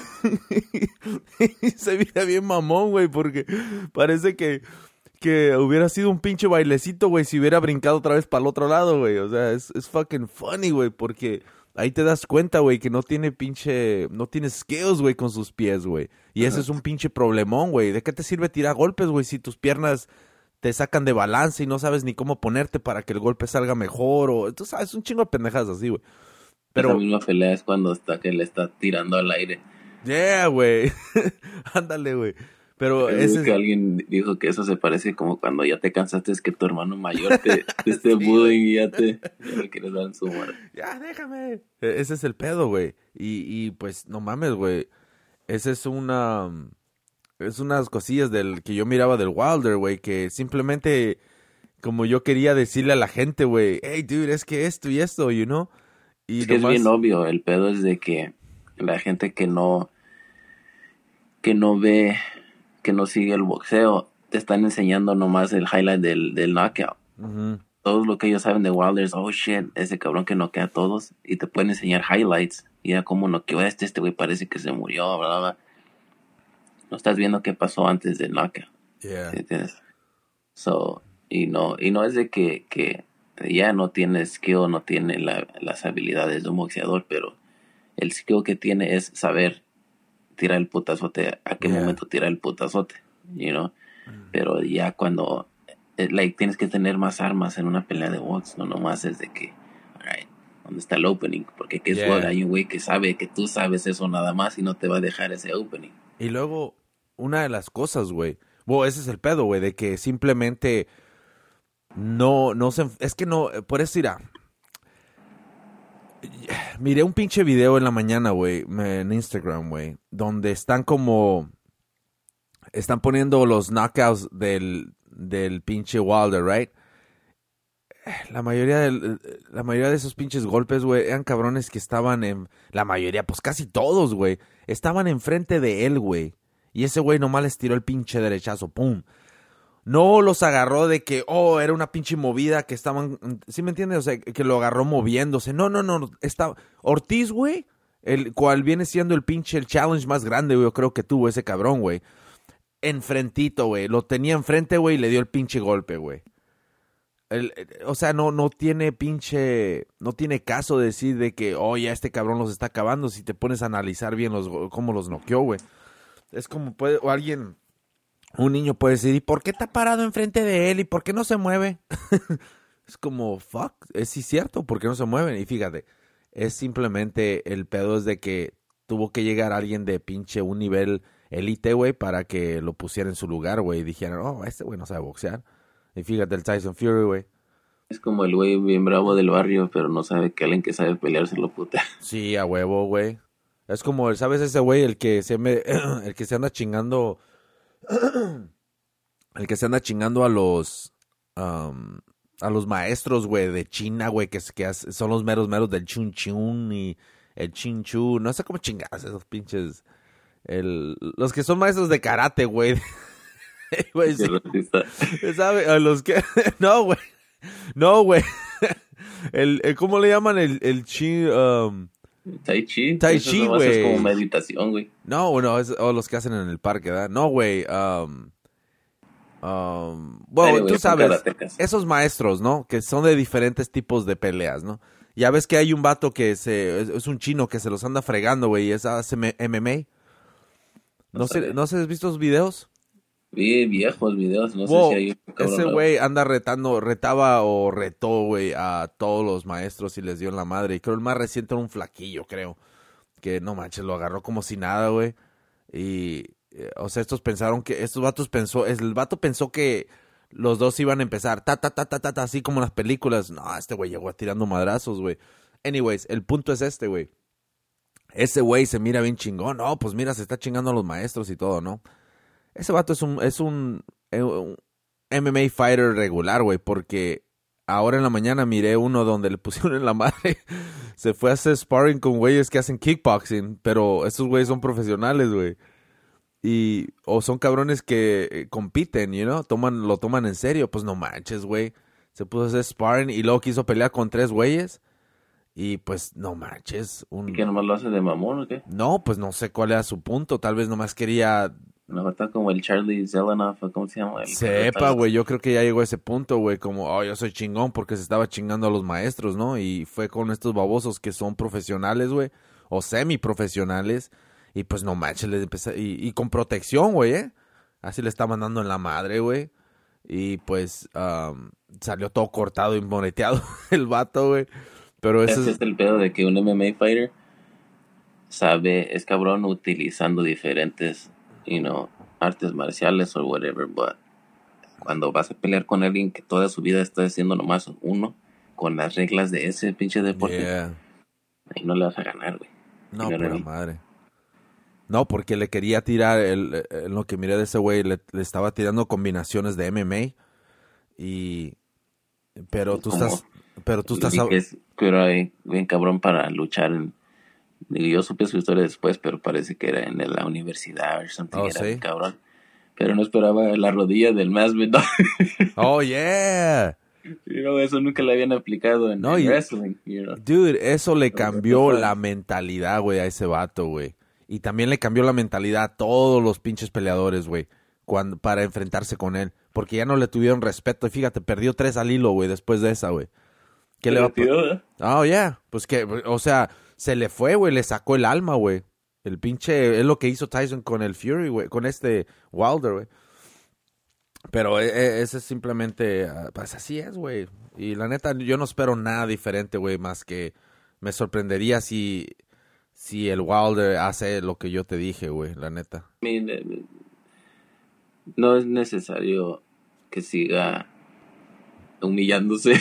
Y se mira bien mamón, güey, porque parece que, que hubiera sido un pinche bailecito, güey, si hubiera brincado otra vez para el otro lado, güey. O sea, es, es fucking funny, güey, porque ahí te das cuenta, güey, que no tiene pinche, no tiene skills, güey, con sus pies, güey. Y ese es un pinche problemón, güey. ¿De qué te sirve tirar golpes, güey, si tus piernas te sacan de balance y no sabes ni cómo ponerte para que el golpe salga mejor? O tú sabes, un chingo de pendejadas así, güey. Pero esa misma pelea es cuando está que le está tirando al aire. Yeah, güey. Ándale, güey. Pero Creo ese que es... alguien dijo que eso se parece como cuando ya te cansaste, es que tu hermano mayor te, te esté sí, bullying y ya te ya le quieres dar en su madre. Ya, déjame. E- ese es el pedo, güey. Y, y pues, no mames, güey. Esa es una... Es unas cosillas del que yo miraba del Wilder, güey, que simplemente como yo quería decirle a la gente, güey, hey, dude, es que esto y esto, you know. Y es que nomás... es bien obvio, el pedo es de que la gente que no que no ve, que no sigue el boxeo, te están enseñando nomás el highlight del, del knockout. Uh-huh. Todo lo que ellos saben de Wilder es, oh shit, ese cabrón que noquea a todos, y te pueden enseñar highlights, y ya como noqueó a este, este güey parece que se murió, bla, bla, bla. No estás viendo qué pasó antes del knockout. Yeah. ¿Sí entiendes? So, y no, y no es de que, que ya no tiene skill, no tiene la, las habilidades de un boxeador, pero el skill que tiene es saber tirar el putazote, a qué yeah. momento tirar el putazote, you know? Mm. Pero ya cuando, like, tienes que tener más armas en una pelea de box, no nomás es de que, alright, ¿dónde está el opening? Porque que yeah. es hay un güey que sabe que tú sabes eso nada más y no te va a dejar ese opening. Y luego, una de las cosas, güey, bueno, ese es el pedo, güey, de que simplemente no, no se, es que no, por eso irá. Miré un pinche video en la mañana, güey, en Instagram, güey, donde están como, están poniendo los knockouts del, del pinche Wilder, right? La mayoría de, la mayoría de esos pinches golpes, güey, eran cabrones que estaban en, la mayoría, pues casi todos, güey, estaban enfrente de él, güey. Y ese güey nomás les tiró el pinche derechazo, pum. No los agarró de que, oh, era una pinche movida que estaban, ¿sí me entiendes? O sea, que lo agarró moviéndose. No, no, no, está Ortiz, güey, el cual viene siendo el pinche, el challenge más grande, güey, yo creo que tuvo ese cabrón, güey. Enfrentito, güey, lo tenía enfrente, güey, y le dio el pinche golpe, güey. El, o sea, no, no tiene pinche, no tiene caso decir de que, oh, ya este cabrón los está acabando si te pones a analizar bien los, cómo los noqueó, güey. Es como puede, o alguien, un niño puede decir, ¿y por qué está parado enfrente de él? ¿Y por qué no se mueve? Es como, fuck, es sí cierto, ¿por qué no se mueven? Y fíjate, es simplemente, el pedo es de que tuvo que llegar alguien de pinche un nivel elite, güey, para que lo pusiera en su lugar, güey, y dijeran, oh, este güey no sabe boxear. Y fíjate el Tyson Fury, güey. Es como el güey bien bravo del barrio, pero no sabe que alguien que sabe pelear se lo puta. Sí, a huevo, güey. Es como, ¿sabes ese güey? El que se me, el que se anda chingando, el que se anda chingando a los, um, a los maestros, güey, de China, güey, que, que son los meros meros del Chun Chun y el Chin Chu. No sé cómo chingas esos pinches, el, los que son maestros de karate, güey. Güey, sí. ¿Sabe? A los que, no, güey. No, güey. El, el, ¿cómo le llaman? El, el chi, um... Tai Chi. Tai Chi, güey. Es como meditación, güey. No, bueno, es o los que hacen en el parque, ¿verdad? No, güey. Um, um, bueno, anyway, tú sabes, esos maestros, ¿no? Que son de diferentes tipos de peleas, ¿no? Ya ves que hay un vato que se, es, es un chino que se los anda fregando, güey, y es hace M M A. No, no sé, ¿no sé, has visto los videos? Vi viejos videos, no wow, sé si hay un cabrón. Ese güey anda retando, retaba o retó, güey, a todos los maestros y les dio en la madre. Y creo el más reciente era un flaquillo, creo. Que no manches, lo agarró como si nada, güey. Y, eh, o sea, estos pensaron que, estos vatos pensó, el vato pensó que los dos iban a empezar, ta, ta, ta, ta, ta, ta, así como en las películas. No, este güey llegó tirando madrazos, güey. Anyways, el punto es este, güey. Ese güey se mira bien chingón. No, pues mira, se está chingando a los maestros y todo, ¿no? Ese vato es un, es un, un M M A fighter regular, güey, porque ahora en la mañana miré uno donde le pusieron en la madre. Se fue a hacer sparring con güeyes que hacen kickboxing, pero estos güeyes son profesionales, güey. Y, o son cabrones que eh, compiten, you know, toman, lo toman en serio. Pues no manches, güey. Se puso a hacer sparring y luego quiso pelear con tres güeyes. Y pues no manches. Un... ¿Y que nomás lo hace de mamón o qué? No, pues no sé cuál era su punto. Tal vez nomás quería... No, está como el Charlie Zelenoff, ¿cómo se llama? El Sepa, güey, yo creo que ya llegó a ese punto, güey, como, oh, yo soy chingón porque se estaba chingando a los maestros, ¿no? Y fue con estos babosos que son profesionales, güey, o semiprofesionales, y pues no manches, les empecé, y, y con protección, güey, ¿eh? Así le estaban dando en la madre, güey, y pues um, salió todo cortado y moreteado el vato, güey, pero eso Ese es... es el pedo de que un M M A fighter sabe, es cabrón utilizando diferentes, you know, artes marciales o whatever, but cuando vas a pelear con alguien que toda su vida está haciendo nomás uno, con las reglas de ese pinche deporte, Yeah. ahí no le vas a ganar, güey. No, You know what I pura mean? madre. No, porque le quería tirar, el, el- lo que miré de ese güey, le, le estaba tirando combinaciones de M M A. Y... Pero tú Como- estás... Pero tú estás... Vi que es que era eh, bien cabrón para luchar en... Digo, yo supe su historia después, pero parece que era en la universidad o something, Oh, era ¿sí? bien cabrón. Pero no esperaba la rodilla del Masvidal. Oh, yeah. You know, eso nunca le habían aplicado en, No, en y- wrestling, you know. Dude, eso le what cambió the fuck? la mentalidad, güey, a ese vato, güey. Y también le cambió la mentalidad a todos los pinches peleadores, güey, cuando para enfrentarse con él. Porque ya no le tuvieron respeto. Y fíjate, perdió tres al hilo, güey, después de esa, güey. ¿Qué le va a Retiró, ¿eh? Oh, yeah. Pues que, o sea, se le fue, güey, le sacó el alma, güey. El pinche, es lo que hizo Tyson con el Fury, güey, con este Wilder, güey. Pero e- e- ese es simplemente, ah, pues así es, güey. Y la neta, yo no espero nada diferente, güey, más que me sorprendería si, si el Wilder hace lo que yo te dije, güey, la neta. I mean, eh, no es necesario que siga humillándose.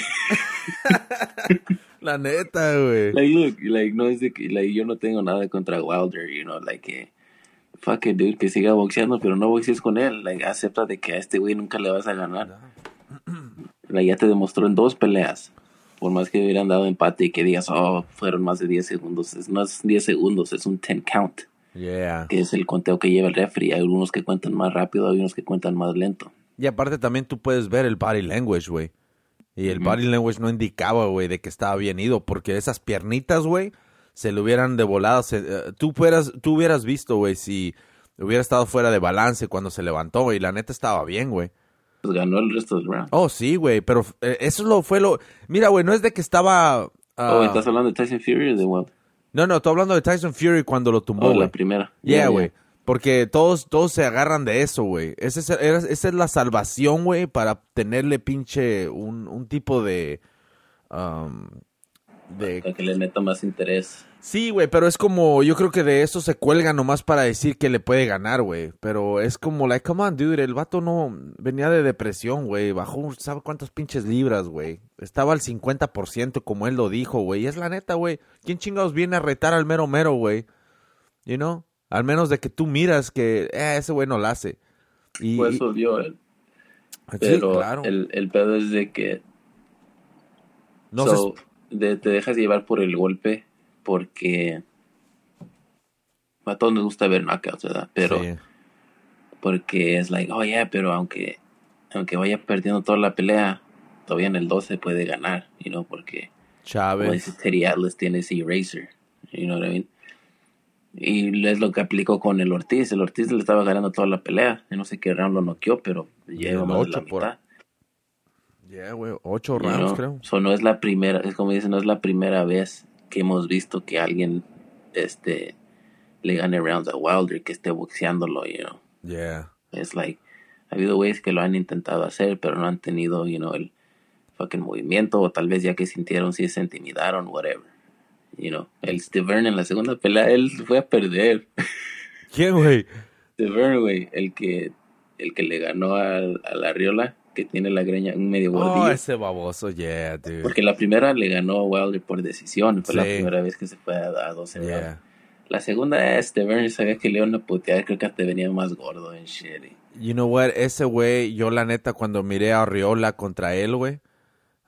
La neta, güey. Like, look, like, no es de que, like, yo no tengo nada contra Wilder, you know, like, que, fuck it, dude, que siga boxeando, pero no boxees con él, like, acepta de que a este güey nunca le vas a ganar. Like, ya te demostró en dos peleas, por más que hubieran dado empate y que digas, oh, fueron más de diez segundos, es, no es diez segundos, es un ten count, Yeah. que es el conteo que lleva el referee. Hay algunos que cuentan más rápido, hay unos que cuentan más lento. Y aparte también tú puedes ver el body language, güey. Y el Ujú. body language no indicaba, güey, de que estaba bien ido. Porque esas piernitas, güey, se le hubieran de volada. se- eh, tú, hubieras, tú hubieras visto, güey, si hubiera estado fuera de balance cuando se levantó, güey. Y la neta estaba bien, güey. Pues ganó el resto del round. Oh, sí, güey. Pero eh, eso lo fue lo... Mira, güey, no es de que estaba... ah, Oh, ¿estás hablando de Tyson Fury o de Wilder? No, no, estoy hablando de Tyson Fury cuando lo tumbó, Oh, güey. la primera. Yeah, güey. Porque todos, todos se agarran de eso, güey. Ese es- era- esa es la salvación, güey, para tenerle pinche un, un tipo de... um, de... Para que le meta más interés. Sí, güey, pero es como... Yo creo que de eso se cuelga nomás para decir que le puede ganar, güey. Pero es como, like, come on, dude. El vato no... Venía de depresión, güey. Bajó, ¿sabe cuántas pinches libras, güey? Estaba al cincuenta por ciento, como él lo dijo, güey. Y es la neta, güey. ¿Quién chingados viene a retar al mero mero, güey? You know? Al menos de que tú miras que eh, ese güey no la hace. Y, Pues eso dio él. sí, Pero claro. el, el pedo es de que No so, sé. de- te dejas llevar por el golpe porque a todos nos gusta ver knockouts, ¿verdad? Pero Sí. porque es like, oh yeah, pero aunque aunque vaya perdiendo toda la pelea, todavía en el doce puede ganar, you know, porque como Chávez. dice Teddy Atlas tiene ese eraser, you know what I mean? Y es lo que aplicó con el Ortiz. El Ortiz le estaba ganando toda la pelea. Yo no sé qué round lo noqueó, pero lleva el más de la ocho por- mitad. Yeah, güey. Ocho You rounds, know? creo. So, no es la primera, es como dicen, no es la primera vez que hemos visto que alguien este le gane rounds a Wilder, que esté boxeándolo, you know. Yeah. Es like, ha habido güeyes que lo han intentado hacer, pero no han tenido, you know, el fucking movimiento, o tal vez ya que sintieron, si se intimidaron, whatever. You know, el Steve Byrne en la segunda pelea, él fue a perder. ¿Quién, güey? Steve Byrne, güey, el que, el que le ganó al- a, la Riola, que tiene la greña un medio Oh, gordillo. ese baboso, yeah, dude. Porque la primera le ganó a Wilder por decisión, fue la Sí. primera vez que se fue a, a doce rounds. Yeah. La segunda, este Byrne sabía que le iban a putear, creo que te venía más gordo en shit. You know what? Ese güey, yo la neta, cuando miré a Riola contra él, güey,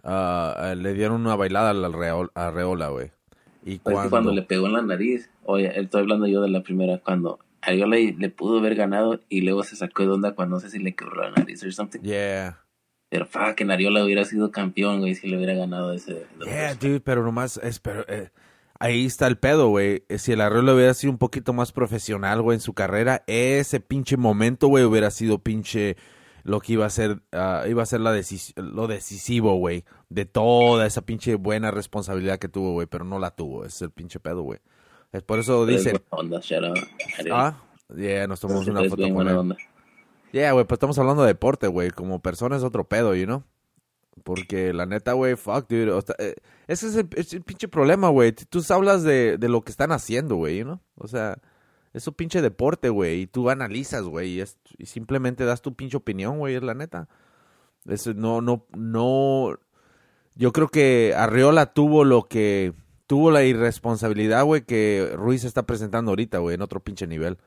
uh, le dieron una bailada al Arreola, Arreola, güey. Y cuando... Es que cuando le pegó en la nariz, oye, estoy hablando yo de la primera, cuando Arreola le, le pudo haber ganado y luego se sacó de onda cuando no sé si le quebró la nariz o something. Yeah. Pero fuck, que Arreola hubiera sido campeón, güey, si le hubiera ganado ese. Yeah, dude, pero nomás, es, pero, eh, ahí está el pedo, güey. Si el Arreola hubiera sido un poquito más profesional, güey, en su carrera, ese pinche momento, güey, hubiera sido pinche lo que iba a ser, uh, iba a ser la decis lo decisivo, güey, de toda esa pinche buena responsabilidad que tuvo, güey, pero no la tuvo. Ese es el pinche pedo, güey. Es por eso dicen... Onda, ah, yeah, nos tomamos una foto con él. Yeah, güey, pues estamos hablando de deporte, güey. Como persona es otro pedo, you know? Porque la neta, güey, fuck, dude. O sea, eh, ese es el, es el pinche problema, güey. Tú hablas de, de lo que están haciendo, güey, you know? O sea, es un pinche deporte, güey. Y tú analizas, güey. Y, y simplemente das tu pinche opinión, güey, es la neta. Es, no, no, no... Yo creo que Arreola tuvo lo que... Tuvo la irresponsabilidad, güey, que Ruiz está presentando ahorita, güey, en otro pinche nivel.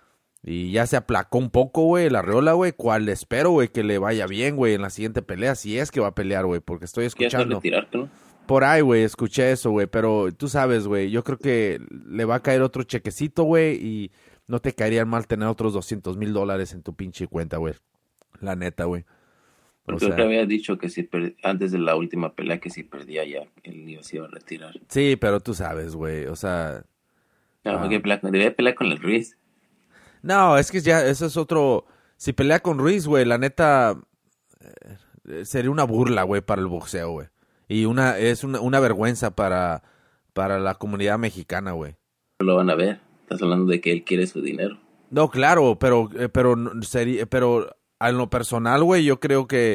Y ya se aplacó un poco, güey, la Arreola, güey, cual espero, güey, que le vaya bien, güey, en la siguiente pelea, si es que va a pelear, güey, porque estoy escuchando. Retirarte, ¿no? Por ahí, güey, escuché eso, güey, pero tú sabes, güey, yo creo que le va a caer otro chequecito, güey, y no te caería mal tener otros doscientos mil dólares en tu pinche cuenta, güey. La neta, güey. Porque usted había dicho que si per... antes de la última pelea que si perdía ya, él se iba a retirar. Sí, pero tú sabes, güey, o sea... No, porque uh... debía pelear con el Ruiz. No, es que ya, eso es otro... Si pelea con Ruiz, güey, la neta... Eh, sería una burla, güey, para el boxeo, güey. Y una es una, una vergüenza para, para la comunidad mexicana, güey. Lo van a ver. Estás hablando de que él quiere su dinero. No, claro, pero... Eh, pero, sería, pero en lo personal, güey, yo creo que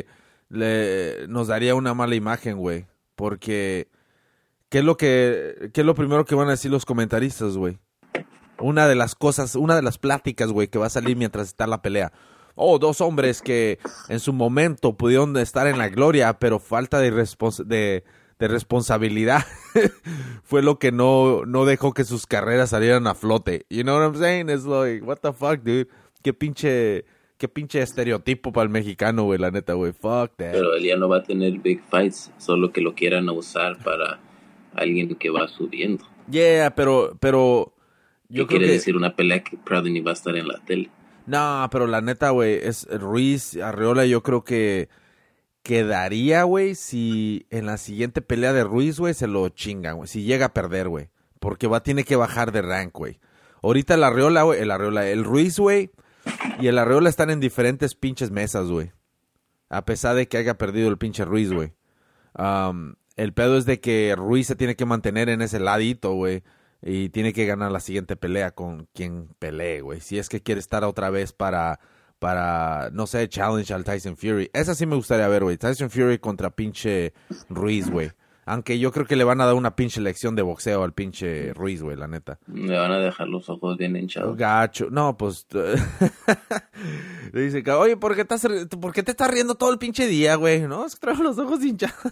le, nos daría una mala imagen, güey. Porque... ¿Qué es lo que... ¿Qué es lo primero que van a decir los comentaristas, güey? Una de las cosas, una de las pláticas, güey, que va a salir mientras está la pelea. Oh, dos hombres que en su momento pudieron estar en la gloria, pero falta de, respons de, de responsabilidad fue lo que no, no dejó que sus carreras salieran a flote. You know what I'm saying? It's like, what the fuck, dude? Qué pinche, qué pinche estereotipo para el mexicano, güey, la neta, güey. Fuck that. Pero él ya no va a tener big fights, solo que lo quieran usar para alguien que va subiendo. Yeah, pero, pero... Yo creo quiere que... decir una pelea que probablemente ni va a estar en la tele. No, pero la neta, güey, es Ruiz, Arreola, yo creo que quedaría, güey, si en la siguiente pelea de Ruiz, güey, se lo chingan, güey. Si llega a perder, güey. Porque va, tiene que bajar de rank, güey. Ahorita el Arreola, güey, el Arreola, el Ruiz, güey, y el Arreola están en diferentes pinches mesas, güey. A pesar de que haya perdido el pinche Ruiz, güey. Um, el pedo es de que Ruiz se tiene que mantener en ese ladito, güey. Y tiene que ganar la siguiente pelea con quien pelee, güey. Si es que quiere estar otra vez para, para, no sé, challenge al Tyson Fury. Esa sí me gustaría ver, güey. Tyson Fury contra pinche Ruiz, güey. Aunque yo creo que le van a dar una pinche lección de boxeo al pinche Ruiz, güey, la neta. Le van a dejar los ojos bien hinchados. Gacho. No, pues... le dice, oye, ¿por qué, estás, ¿por qué te estás riendo todo el pinche día, güey? No, es que traigo los ojos hinchados.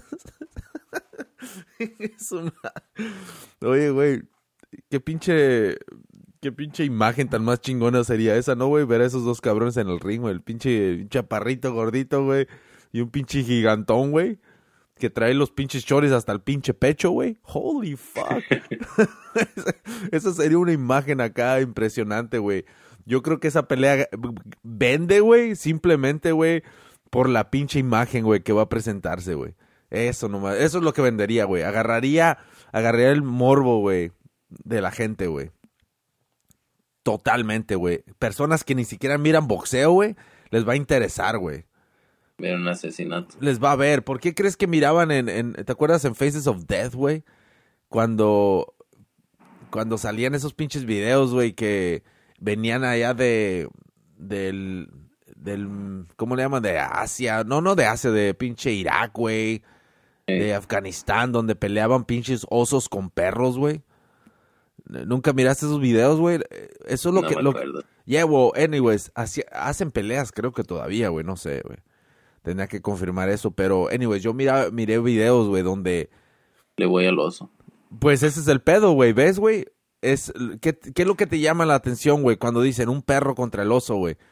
Es una... Oye, güey. Qué pinche, qué pinche imagen tan más chingona sería esa, ¿no, güey? Ver a esos dos cabrones en el ring, güey. El pinche chaparrito gordito, güey. Y un pinche gigantón, güey. Que trae los pinches chores hasta el pinche pecho, güey. Holy fuck. Esa sería una imagen acá impresionante, güey. Yo creo que esa pelea vende, güey. Simplemente, güey, por la pinche imagen, güey, que va a presentarse, güey. Eso nomás. Eso es lo que vendería, güey. Agarraría, agarraría el morbo, güey, de la gente, güey. Totalmente, güey. Personas que ni siquiera miran boxeo, güey, les va a interesar, güey. Ver un asesinato. Les va a ver. ¿Por qué crees que miraban en, en ¿te acuerdas en Faces of Death, güey? Cuando, cuando salían esos pinches videos, güey, que venían allá de, del, del, ¿cómo le llaman? De Asia. No, no de Asia, de pinche Irak, güey. De Afganistán, donde peleaban pinches osos con perros, güey. ¿Nunca miraste esos videos, güey? Eso es lo no que... Me lo, acuerdo. yeah, well, anyways, hacia, hacen peleas, creo que todavía, güey, no sé, güey. Tendría que confirmar eso, pero, anyways, yo mira, miré videos, güey, donde... Le voy al oso. Pues ese es el pedo, güey, ¿ves, güey? Es, ¿qué, ¿Qué es lo que te llama la atención, güey, cuando dicen un perro contra el oso, güey?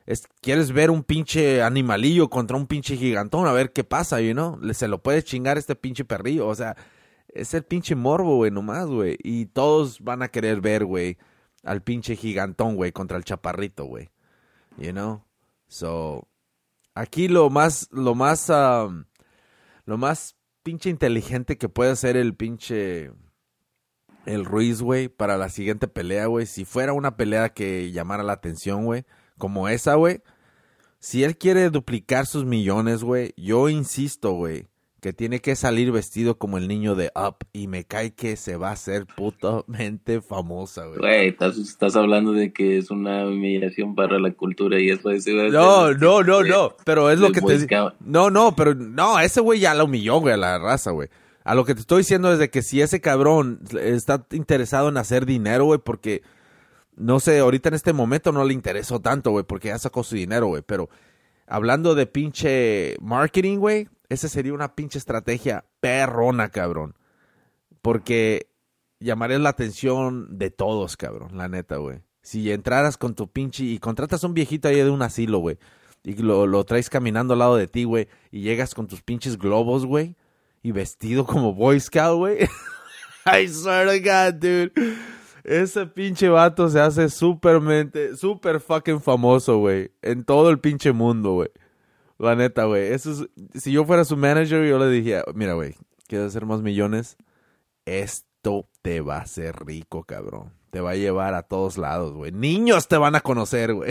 Es, quieres ver un pinche animalillo contra un pinche gigantón, a ver qué pasa, you know? Le, se lo puede chingar este pinche perrillo, o sea, es el pinche morbo, güey, nomás, güey. Y todos van a querer ver, güey, al pinche gigantón, güey, contra el chaparrito, güey. You know? So, aquí lo más, lo más, um, lo más pinche inteligente que puede hacer el pinche, el Ruiz, güey, para la siguiente pelea, güey. Si fuera una pelea que llamara la atención, güey, como esa, güey. Si él quiere duplicar sus millones, güey, yo insisto, güey, que tiene que salir vestido como el niño de Up. Y me cae que se va a hacer putamente famosa, güey. Güey, estás, estás hablando de que es una humillación para la cultura y eso es... No, no, no, no. Pero es lo que te... Scout. No, no, pero... No, ese güey ya lo humilló, güey, a la raza, güey. A lo que te estoy diciendo es de que si ese cabrón está interesado en hacer dinero, güey, porque... No sé, ahorita en este momento no le interesó tanto, güey, porque ya sacó su dinero, güey. Pero hablando de pinche marketing, güey, esa sería una pinche estrategia perrona, cabrón. Porque llamarías la atención de todos, cabrón, la neta, güey. Si entraras con tu pinche... Y contratas a un viejito ahí de un asilo, güey. Y lo, lo traes caminando al lado de ti, güey. Y llegas con tus pinches globos, güey. Y vestido como Boy Scout, güey. I swear to God, dude. Ese pinche vato se hace supermente, super fucking famoso, güey. En todo el pinche mundo, güey. La neta, güey. Eso es, si yo fuera su manager, yo le diría, mira, güey, ¿quieres hacer más millones? Esto te va a hacer rico, cabrón. Te va a llevar a todos lados, güey. Niños te van a conocer, güey.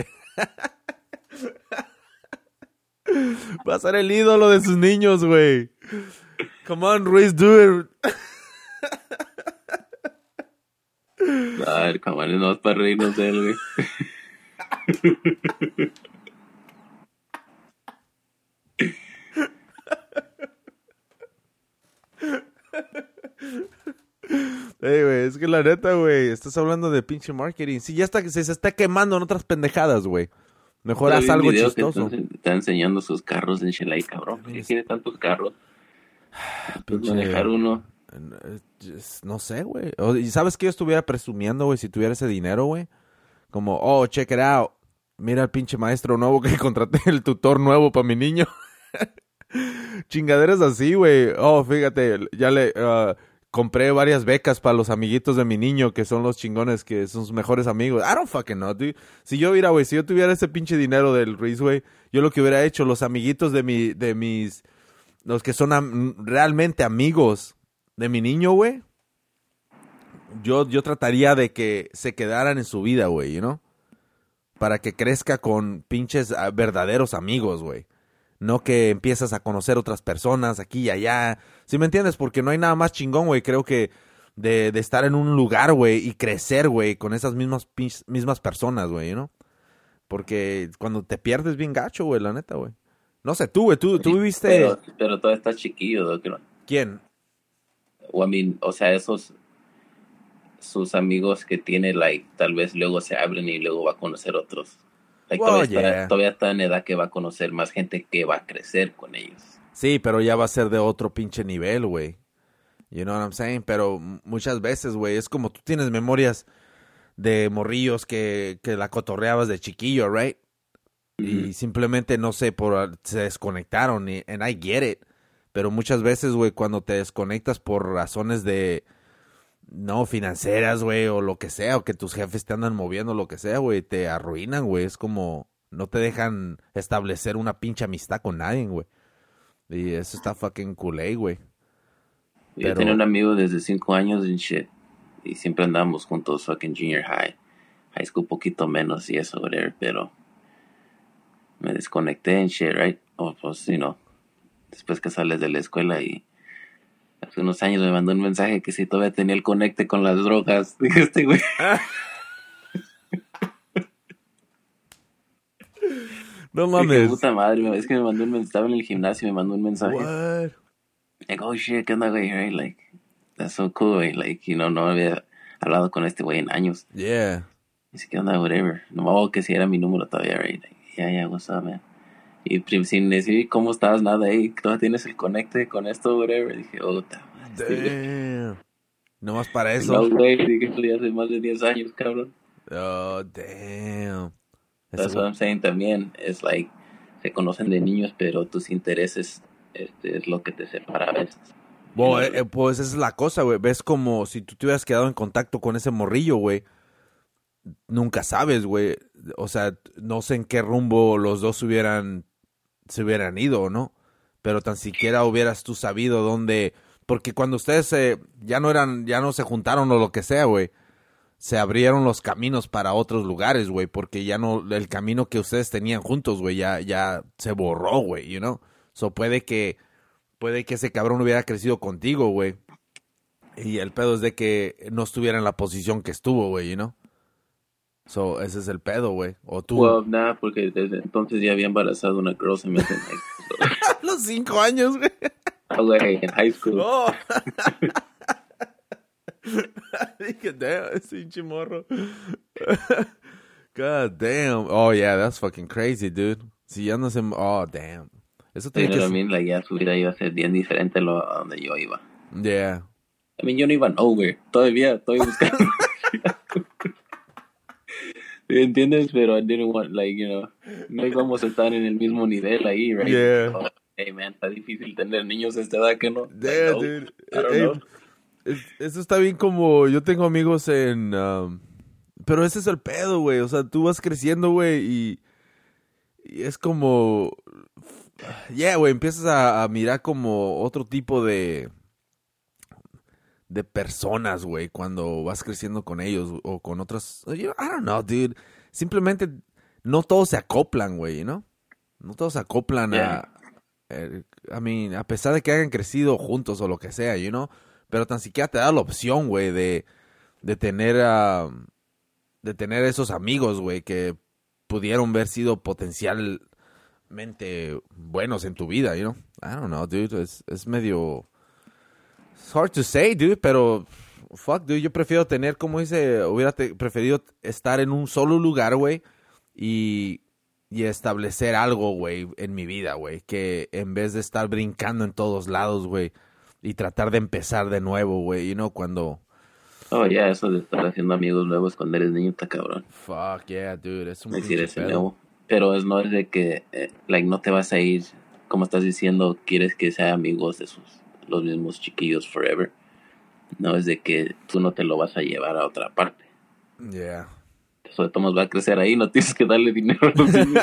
Va a ser el ídolo de sus niños, güey. Come on, Ruiz, do it. A ver, cabrones, no es para reírnos de él, güey. Ey, güey, es que la neta, güey, estás hablando de pinche marketing. Sí, ya está, se, se está quemando en otras pendejadas, güey. Mejor haz algo chistoso. Te está enseñando sus carros en Shelay, cabrón. ¿Por qué quiere tantos carros? Pinche... Manejar uno. No sé, güey. ¿Y sabes que yo estuviera presumiendo, güey, si tuviera ese dinero, güey? Como, oh, check it out. Mira el pinche maestro nuevo que contraté, el tutor nuevo para mi niño. Chingaderas así, güey. Oh, fíjate, ya le uh, compré varias becas para los amiguitos de mi niño, que son los chingones, que son sus mejores amigos. I don't fucking know, dude. Si yo hubiera, güey, si yo tuviera ese pinche dinero del Ruiz, güey, yo lo que hubiera hecho, los amiguitos de mi, de mis, los que son am- realmente amigos de mi niño, güey, yo, yo trataría de que se quedaran en su vida, güey, you know? Para que crezca con pinches uh, verdaderos amigos, güey. No que empiezas a conocer otras personas aquí y allá. ¿Sí me entiendes? Porque no hay nada más chingón, güey. Creo que de, de estar en un lugar, güey, y crecer, güey, con esas mismas pis- mismas personas, güey, ¿no? Porque cuando te pierdes bien gacho, güey, la neta, güey. No sé, tú, güey, tú, tú viviste... Pero, pero todo está chiquillo, ¿no? Que no- ¿Quién? O, I mean, o sea, esos... Sus amigos que tiene, like, tal vez luego se abren y luego va a conocer otros. Like, Well, todavía, yeah. está, todavía está en edad que va a conocer más gente que va a crecer con ellos. Sí, pero ya va a ser de otro pinche nivel, güey. You know what I'm saying? Pero m- muchas veces, güey, es como tú tienes memorias de morrillos que, que la cotorreabas de chiquillo, right? Y simplemente, no sé, por se desconectaron. Y, and I get it. Pero muchas veces, güey, cuando te desconectas por razones de... No, financieras, güey, o lo que sea, o que tus jefes te andan moviendo, lo que sea, güey, te arruinan, güey. Es como, no te dejan establecer una pinche amistad con nadie, güey. Y eso está fucking culé, güey. Yo Pero- tenía un amigo desde cinco años en shit. Y siempre andábamos juntos, fucking junior high. High school poquito menos y eso, whatever. Pero me desconecté en shit, right? O pues, you know, después que sales de la escuela y hace unos años me mandó un mensaje que si todavía tenía el conecte con las drogas. Dije, este güey. No Dije, mames. puta madre, me- es que me mandó un mensaje, estaba en el gimnasio y me mandó un mensaje. What? Like, oh shit, ¿qué onda, güey? Right? Like, that's so cool, güey. Like, you know, no había hablado con este güey en años. Yeah. Dice, ¿qué onda, whatever? No me acuerdo que si era mi número todavía, right? Like, yeah, yeah, what's up, man? Y prim- sin decir cómo estás, nada, hey, todavía tienes el conecte con esto, whatever. Dije, oh, ta madre. Damn. No más para No, eso. güey, dije, esto ya hace más de diez años, cabrón. Oh, damn. That's what I'm saying también. Es like, se conocen de niños, pero tus intereses este, es lo que te separa a veces. Well, eh, pues esa es la cosa, güey. Ves como si tú te hubieras quedado en contacto con ese morrillo, güey. Nunca sabes, güey. O sea, no sé en qué rumbo los dos hubieran, se hubieran ido, ¿no? Pero tan siquiera hubieras tú sabido dónde... Porque cuando ustedes eh, ya no eran, ya no se juntaron o lo que sea, güey, se abrieron los caminos para otros lugares, güey, porque ya no, el camino que ustedes tenían juntos, güey, ya, ya se borró, güey, you know? So puede que, puede que ese cabrón hubiera crecido contigo, güey. Y el pedo es de que no estuviera en la posición que estuvo, güey, you know? So, ese es el pedo, güey. O tú. Well, nada, porque desde entonces ya había embarazado una girl se me hace nice. Los cinco años, güey. Oh, güey, en high school. Oh. Dije, damn, ese pinche morro. God damn. Oh, yeah, that's fucking crazy, dude. Si ya no se... Oh, damn. Eso tiene Pero que... a mí, like, ya su vida iba a ser bien diferente a, lo, a donde yo iba. Yeah. I mean, yo no iba nowhere. Todavía estoy buscando. ¿Entiendes? Pero I didn't want, like, you know, no íbamos a estar en el mismo nivel ahí, right? Yeah. So, hey, man, está difícil tener niños a esta edad que no. Yeah, like, no, dude. I don't Hey, know. es- eso está bien como... Yo tengo amigos en... um, pero ese es el pedo, güey. O sea, tú vas creciendo, güey, y... Y es como... Yeah, güey, empiezas a, a mirar como otro tipo de... De personas, güey, cuando vas creciendo con ellos o con otras... I don't know, dude. Simplemente no todos se acoplan, güey, ¿no? No todos se acoplan Yeah. a... eh, I mean, a pesar de que hayan crecido juntos o lo que sea, you know? Pero tan siquiera te da la opción, güey, de, de tener a... de tener esos amigos, güey, que pudieron haber sido potencialmente buenos en tu vida, you know? I don't know, dude. Es, es medio... It's hard to say, dude, pero... Fuck, dude, yo prefiero tener, como dice, hubiera te- preferido estar en un solo lugar, güey, y, y establecer algo, güey, en mi vida, güey, que en vez de estar brincando en todos lados, güey, y tratar de empezar de nuevo, güey, you know, cuando... Oh, yeah, eso de estar haciendo amigos nuevos cuando eres niño está cabrón. Fuck, yeah, dude, es un Decir pinche ese pedo. nuevo. Pero es no es de que, eh, like, no te vas a ir, como estás diciendo, quieres que sean amigos de sus, los mismos chiquillos forever. No es de que tú no te lo vas a llevar a otra parte. Yeah. Eso de todos va a crecer ahí, no tienes que darle dinero a los niños.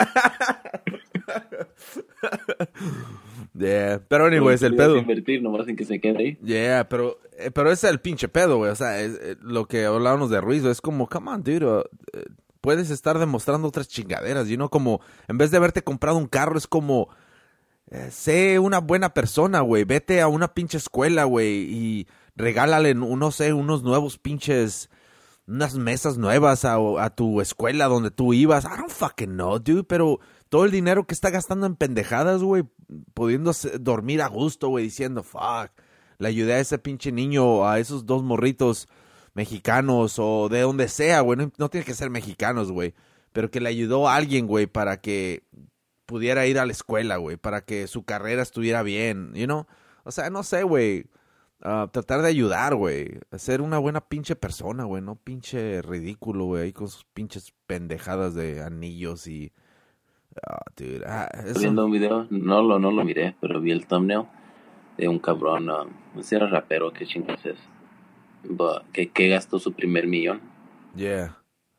Yeah, pero anyways, No el tienes que pedo... invertir nomás en que se quede ahí. Yeah, pero, eh, pero ese es el pinche pedo, güey. O sea, es, eh, lo que hablábamos de Ruiz, güey, es como, come on, dude. uh, eh, puedes estar demostrando otras chingaderas, you know, como, en vez de haberte comprado un carro, es como, eh, sé una buena persona, güey. Vete a una pinche escuela, güey, y regálale, no sé, unos nuevos pinches, unas mesas nuevas a, a tu escuela donde tú ibas. I don't fucking know, dude, pero todo el dinero que está gastando en pendejadas, güey, pudiendo hacer- dormir a gusto, güey, diciendo, fuck, le ayudé a ese pinche niño, a esos dos morritos mexicanos o de donde sea, güey, no, no tiene que ser mexicanos, güey, pero que le ayudó a alguien, güey, para que pudiera ir a la escuela, güey, para que su carrera estuviera bien, you know? O sea, no sé, güey, ah, tratar de ayudar, güey, a ser una buena pinche persona, güey, no pinche ridículo, güey, ahí con sus pinches pendejadas de anillos y... Ah, dude, ah, eso... Viendo un video, no lo, no lo miré, pero vi el thumbnail de un cabrón, um, no sé si era rapero, qué chingas es, but, que, que gastó su primer millón. Yeah.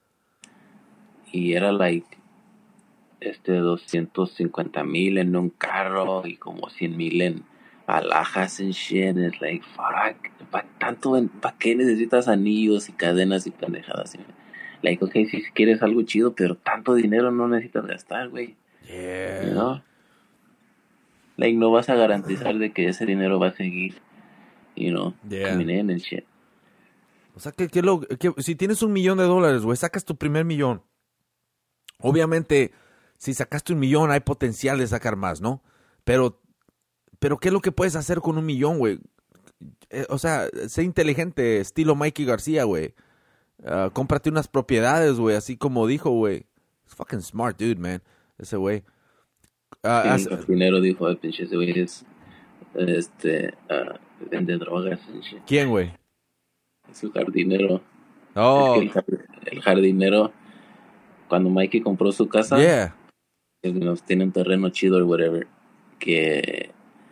Y era like, este, doscientos cincuenta mil en un carro y como cien mil en alhajas and shit. It's like, fuck, ¿para tanto, para qué necesitas anillos y cadenas y pendejadas? Like, okay, si quieres algo chido, pero tanto dinero no necesitas gastar, güey. Yeah. You know? Like, no vas a garantizar de que ese dinero va a seguir, you know, Yeah. coming in and shit. O sea, que, que lo, que, si tienes un millón de dólares, güey, sacas tu primer millón. Obviamente, si sacaste un millón, hay potencial de sacar más, ¿no? Pero, pero ¿qué es lo que puedes hacer con un millón, güey? Eh, o sea, sé inteligente, estilo Mikey García, güey. Uh, cómprate unas propiedades, güey, así como dijo, güey. Es fucking smart dude, man. Ese güey. Uh, Sí, hace- el dinero dijo, el pinche ese güey es, este, ah, vende drogas and shit. ¿Quién, güey? Es su jardinero. Oh, Es que el, jar- el jardinero cuando Mikey compró su casa, Yeah. nos tiene un terreno chido o whatever, que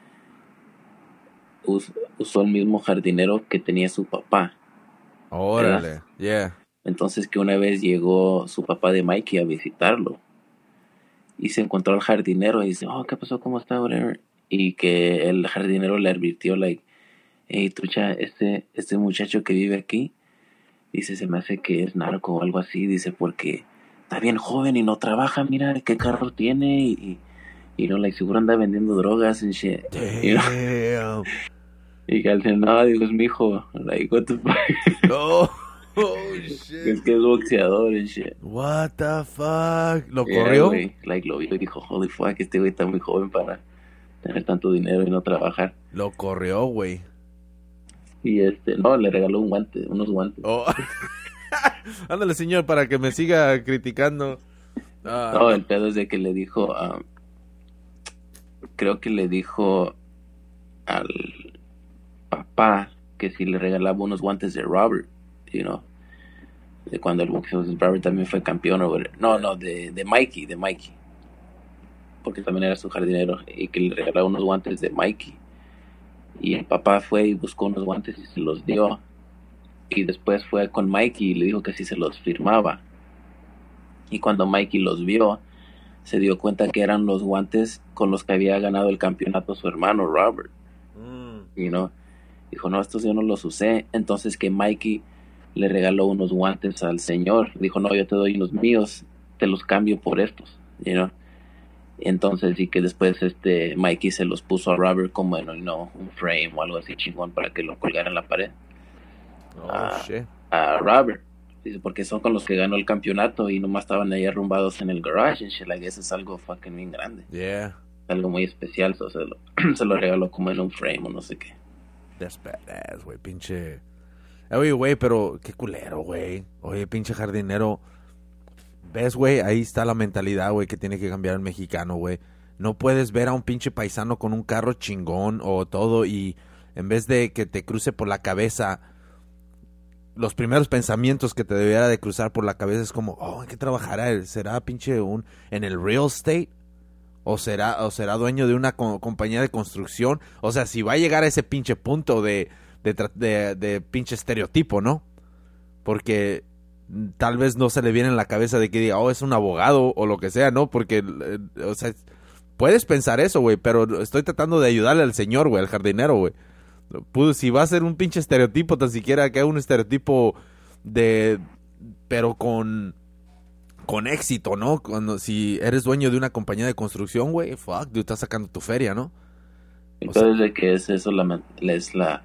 us- usó el mismo jardinero que tenía su papá. Órale. ¿Verdad? Yeah. Entonces que una vez llegó su papá de Mikey a visitarlo y se encontró al jardinero y dice, oh, ¿qué pasó? ¿Cómo está? Whatever. Y que el jardinero le advirtió, like, hey, trucha, este, este muchacho que vive aquí, dice, se me hace que es narco o algo así, dice, porque está bien joven y no trabaja, mira qué carro tiene y, y, y no, like, seguro anda vendiendo drogas and shit. You know? Damn. Y que al final, no, digo, es mi hijo, like, what the fuck. Oh, oh, Es shit. que es boxeador and shit. What the fuck. ¿Lo Yeah, corrió? güey, like, lo vio y dijo, holy fuck, este güey está muy joven para tener tanto dinero y no trabajar. Lo corrió, güey. Y este, no, le regaló un guante, unos guantes. Oh. Ándale, señor, para que me siga criticando. Ah, No, el pedo es de que le dijo, um, creo que le dijo al papá que si le regalaba unos guantes de Robert, you know, de cuando el boxeo Robert también fue campeón, o no, no, de, de Mikey, de Mikey, porque también era su jardinero, y que le regalaba unos guantes de Mikey. Y el papá fue y buscó unos guantes y se los dio. Y después fue con Mikey y le dijo que si se los firmaba. Y cuando Mikey los vio, se dio cuenta que eran los guantes con los que había ganado el campeonato su hermano Robert. mm. You know? Dijo, no, estos yo no los usé. Entonces que Mikey le regaló unos guantes al señor. Dijo, no, yo te doy unos míos, te los cambio por estos. You know? Entonces sí que después este Mikey se los puso a Robert como en, you know, un frame o algo así chingón para que lo colgara en la pared. Oh, Ah. shit. A Robert. Dice, porque son con los que ganó el campeonato y nomás estaban ahí arrumbados en el garage. And shit, like, eso es algo fucking bien grande. Yeah. Algo muy especial. So, se, lo, se lo regaló como en un frame o no sé qué. That's badass, güey, pinche. Oye, güey, pero qué culero, güey. Oye, pinche jardinero. ¿Ves, güey? Ahí está la mentalidad, güey, que tiene que cambiar el mexicano, güey. No puedes ver a un pinche paisano con un carro chingón o todo y en vez de que te cruce por la cabeza, los primeros pensamientos que te debiera de cruzar por la cabeza es como, oh, ¿en qué trabajará él? ¿Será pinche un en el real estate? ¿O será, o será dueño de una co- compañía de construcción? O sea, si va a llegar a ese pinche punto de, de, tra- de, de pinche estereotipo, ¿no? Porque mm, tal vez no se le viene en la cabeza de que diga, oh, es un abogado o lo que sea, ¿no? Porque, eh, o sea, puedes pensar eso, güey, pero estoy tratando de ayudarle al señor, güey, al jardinero, güey. Pues, si va a ser un pinche estereotipo, tan siquiera que haga un estereotipo de... pero con... con éxito, ¿no? Cuando, si eres dueño de una compañía de construcción, güey, fuck, tú estás sacando tu feria, ¿no? Entonces, ¿de qué es eso? La, men- es la...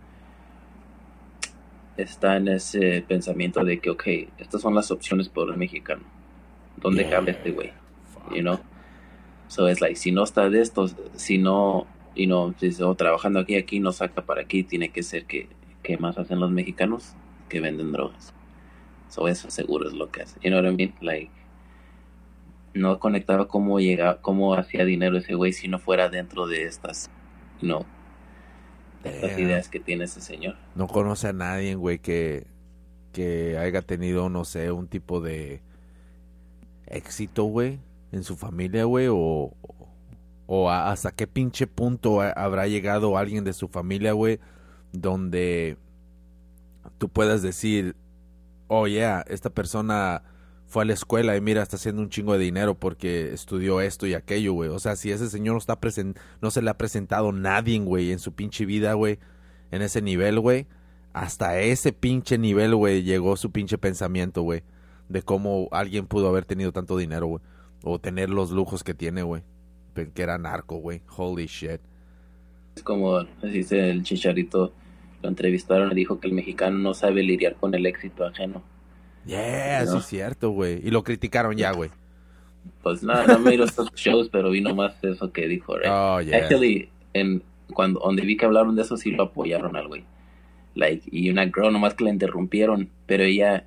Está en ese pensamiento de que, ok, estas son las opciones por el mexicano. ¿Dónde Yeah. cabe este güey? You know? So, es like, si no está de estos, si no... Y no, dice, oh, trabajando aquí, aquí, no saca para aquí, tiene que ser que, que más hacen los mexicanos que venden drogas. So, eso seguro es lo que hace. You know what I mean? Like, no conectaba cómo llegaba, cómo hacía dinero ese güey si no fuera dentro de estas, you know, estas Damn. ideas que tiene ese señor. No conoce a nadie, güey, que, que haya tenido, no sé, un tipo de éxito, güey, en su familia, güey, o, o a- hasta qué pinche punto ha- habrá llegado alguien de su familia, güey, donde tú puedas decir, oh, yeah, esta persona fue a la escuela y mira, está haciendo un chingo de dinero porque estudió esto y aquello, güey. O sea, si ese señor no está presen- no se le ha presentado nadie, güey, en su pinche vida, güey, en ese nivel, güey, hasta ese pinche nivel, güey, llegó su pinche pensamiento, güey, de cómo alguien pudo haber tenido tanto dinero, güey, o tener los lujos que tiene, güey, pe- que era narco, güey. Holy shit. Es como, dice el Chicharito, lo entrevistaron y dijo que el mexicano no sabe lidiar con el éxito ajeno. Yeah, ¿No? sí es cierto, güey. Y lo criticaron ya, güey. Pues nada, no me he ido a estos shows, pero vi nomás eso que dijo, right? Oh, yeah. Actually, en, cuando, donde vi que hablaron de eso, sí lo apoyaron al güey. Like, y una girl nomás que la interrumpieron, pero ella,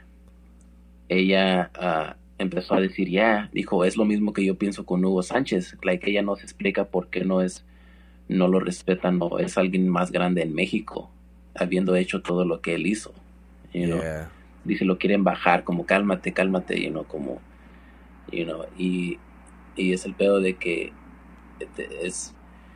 ella ah, empezó a decir, ya, dijo, es lo mismo que yo pienso con Hugo Sánchez. Like, ella no se explica por qué no es, no lo respetan, no es alguien más grande en México, habiendo hecho todo lo que él hizo. You know? Yeah. Dice, lo quieren bajar, como cálmate, cálmate, you know, como you know, y, y es el pedo de que este, es,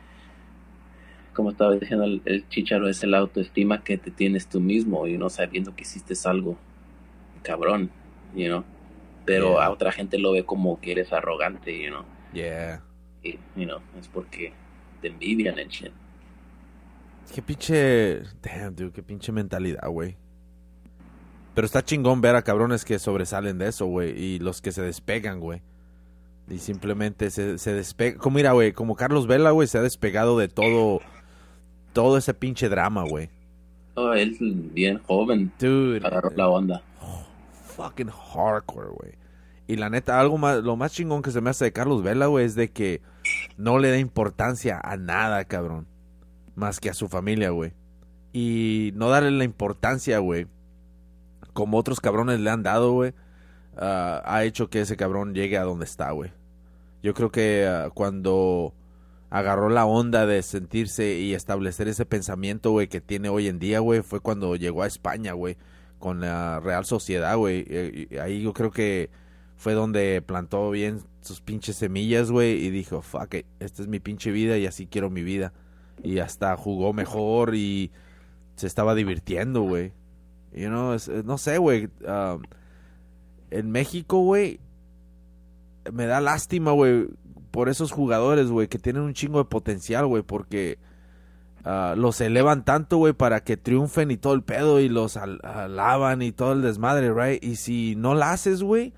como estaba diciendo el, el Chicharo, es el autoestima que te tienes tú mismo, y you know, sabiendo que hiciste algo cabrón, you know, pero Yeah. a otra gente lo ve como que eres arrogante, you know, Yeah. y, you know, es porque te envidian el shit. Qué pinche... Damn, dude, qué pinche mentalidad, güey. Pero está chingón ver a cabrones que sobresalen de eso, güey. Y los que se despegan, güey. Y simplemente se, se despegan. Como mira, güey, como Carlos Vela, güey, se ha despegado de todo... Todo ese pinche drama, güey. Oh, él bien joven, Dude. agarró la onda. Fucking hardcore, güey. Y la neta, algo más... Lo más chingón que se me hace de Carlos Vela, güey, es de que no le da importancia a nada, cabrón. Más que a su familia, güey. Y no darle la importancia, güey, como otros cabrones le han dado, güey, uh, ha hecho que ese cabrón llegue a donde está, güey. Yo creo que uh, cuando agarró la onda de sentirse y establecer ese pensamiento, güey, que tiene hoy en día, güey, fue cuando llegó a España, güey, con la Real Sociedad, güey. Y ahí yo creo que fue donde plantó bien sus pinches semillas, güey, y dijo, fuck it, esta es mi pinche vida y así quiero mi vida. Y hasta jugó mejor y se estaba divirtiendo, güey. You know, es, no sé, güey. Um, en México, güey, me da lástima, güey, por esos jugadores, güey, que tienen un chingo de potencial, güey, porque uh, los elevan tanto, güey, para que triunfen y todo el pedo y los al- alaban y todo el desmadre, right? Y si no la haces, güey,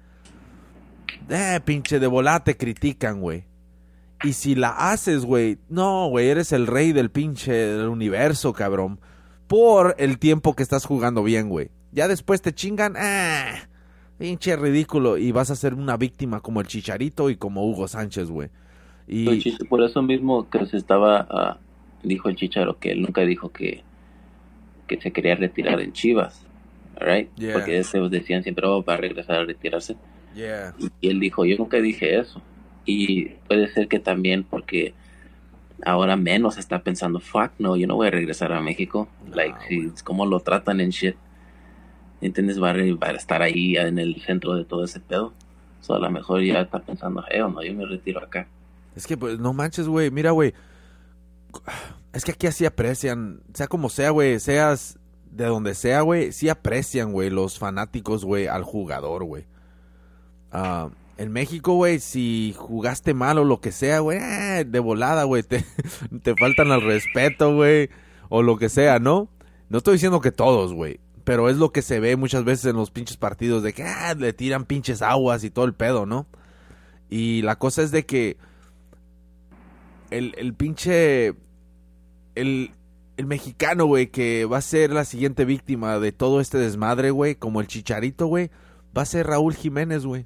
eh, pinche de volada te critican, güey. Y si la haces, güey, no, güey, eres el rey del pinche del universo, cabrón. Por el tiempo que estás jugando bien, güey. Ya después te chingan, ah, pinche ridículo. Y vas a ser una víctima como el Chicharito y como Hugo Sánchez, güey. El Y, Chich- Por eso mismo que se estaba, ah, dijo el Chicharo que él nunca dijo que, que se quería retirar en Chivas, right? Yeah. Porque ese decían siempre, oh, va a regresar a retirarse. yeah, Y él dijo, yo nunca dije eso. Y puede ser que también porque ahora menos está pensando, fuck, no, yo no voy a regresar a México. No, like, güey. si, cómo lo tratan en shit. ¿Entiendes? Va a, re- va a estar ahí en el centro de todo ese pedo. So, a lo mejor ya está pensando, hey, no, yo me retiro acá. Es que, pues, no manches, güey. Mira, güey. Es que aquí así aprecian, sea como sea, güey, seas de donde sea, güey, sí aprecian, güey, los fanáticos, güey, al jugador, güey. Ah, en México, güey, si jugaste mal o lo que sea, güey, eh, de volada, güey, te, te faltan al respeto, güey, o lo que sea, ¿no? No estoy diciendo que todos, güey, pero es lo que se ve muchas veces en los pinches partidos, de que ah, le tiran pinches aguas y todo el pedo, ¿no? Y la cosa es de que el, el pinche... El, el mexicano, güey, que va a ser la siguiente víctima de todo este desmadre, güey, como el Chicharito, güey, va a ser Raúl Jiménez, güey.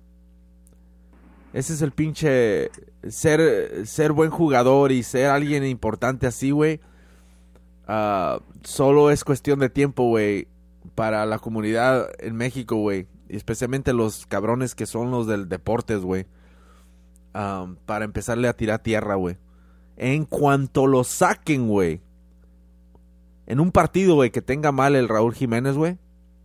Ese es el pinche ser ser buen jugador y ser alguien importante así, güey. Uh, solo es cuestión de tiempo, güey, para la comunidad en México, güey. Y especialmente los cabrones que son los del deportes, güey. Um, para empezarle a tirar tierra, güey. En cuanto lo saquen, güey. En un partido, güey, que tenga mal el Raúl Jiménez, güey.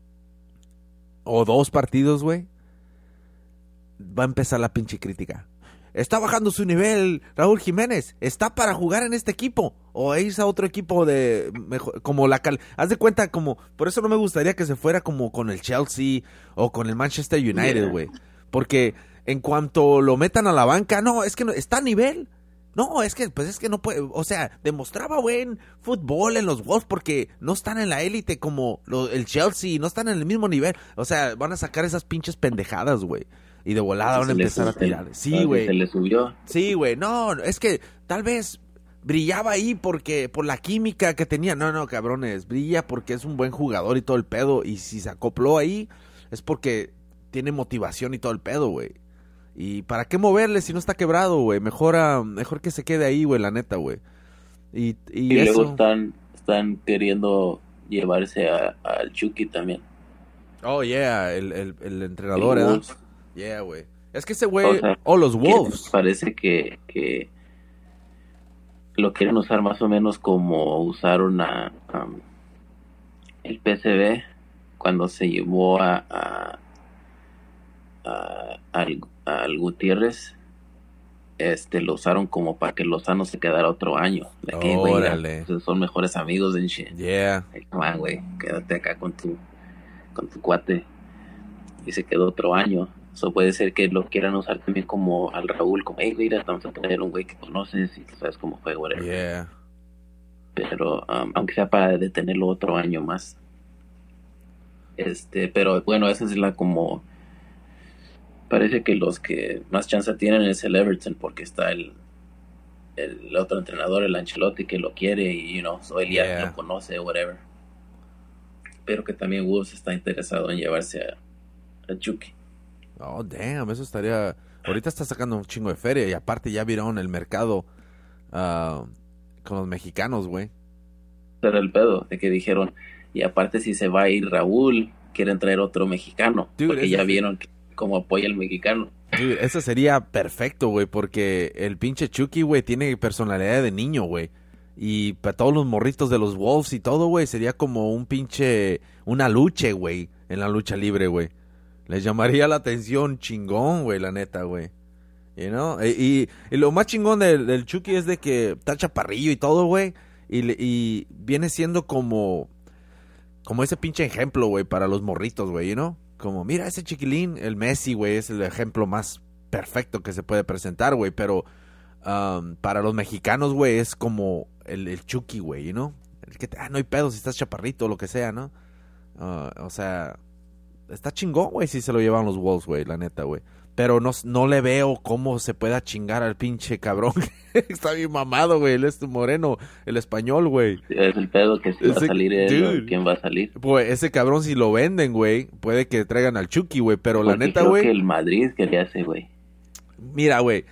O dos partidos, güey. Va a empezar la pinche crítica. Está bajando su nivel Raúl Jiménez. Está para jugar en este equipo. O irse a otro equipo de... Mejor, como la cal... Haz de cuenta como... Por eso no me gustaría que se fuera como con el Chelsea o con el Manchester United, güey. Yeah. Porque en cuanto lo metan a la banca... No, es que no, está a nivel... No, es que, pues es que no puede, o sea, demostraba buen fútbol en los Wolves porque no están en la élite como lo, el Chelsea, no están en el mismo nivel. O sea, van a sacar esas pinches pendejadas, güey. Y de volada van a empezar a tirar. Sí, güey. Se le subió. Sí, güey. No, es que tal vez brillaba ahí porque por la química que tenía. No, no, cabrones. Brilla porque es un buen jugador y todo el pedo. Y si se acopló ahí es porque tiene motivación y todo el pedo, güey. ¿Y para qué moverle si no está quebrado, güey? Mejor, uh, mejor que se quede ahí, güey, la neta, güey. Y, y, y eso... luego están, están queriendo llevarse al Chucky también. Oh, yeah, el, el, el entrenador, ¿eh? Yeah, güey. Es que ese güey... O sea, oh, los Wolves. Parece que, que lo quieren usar más o menos como usaron a, um, el P S V cuando se llevó a... a, a al al Gutiérrez, este, lo usaron como para que Lozano se quedara otro año. De que, güey, Órale. son mejores amigos en shit. Yeah. Hey, come on, güey, quédate acá con tu, con tu cuate. Y se quedó otro año. Eso puede ser que lo quieran usar también como al Raúl, como, hey, mira, vamos a traer un güey que conoces y tú sabes cómo fue, whatever. Yeah. Pero, um, aunque sea para detenerlo otro año más. Este, pero bueno, esa es la como... Parece que los que más chance tienen es el Everton, porque está el, el otro entrenador, el Ancelotti, que lo quiere y, you know, so él ya Yeah. lo conoce, whatever. Pero que también Wolves está interesado en llevarse a, a Chucky. Oh, damn, eso estaría... Ahorita está sacando un chingo de feria y aparte ya vieron el mercado uh, con los mexicanos, güey. Pero el pedo de que dijeron, y aparte si se va a ir Raúl, quieren traer otro mexicano, Dude, porque ese ya sí. vieron cómo apoya el mexicano. Dude, eso sería perfecto, güey, porque el pinche Chucky, güey, tiene personalidad de niño, güey. Y para todos los morritos de los Wolves y todo, güey, sería como un pinche... Una lucha, güey, en la lucha libre, güey. Les llamaría la atención chingón, güey, la neta, güey. You know? Y, y, y lo más chingón del, del Chucky es de que está chaparrillo y todo, güey. Y, le- y viene siendo como... Como ese pinche ejemplo, güey, para los morritos, güey, you know? Como, mira, ese chiquilín, el Messi, güey, es el ejemplo más perfecto que se puede presentar, güey. Pero um, para los mexicanos, güey, es como el, el Chucky, güey, you know? El que te, ah, no hay pedo si estás chaparrito o lo que sea, ¿no? Uh, o sea, está chingón, güey, si se lo llevan los Wolves, güey, la neta, güey. Pero no, no le veo cómo se pueda chingar al pinche cabrón. Está bien mamado, güey, el este moreno, el español, güey. Es el pedo que si va a Ese- salir él, dude. o quién va a salir. Pues ese cabrón si lo venden, güey, puede que traigan al Chucky, güey, pero la Porque neta, creo güey, que el Madrid quería ese güey. mira, güey,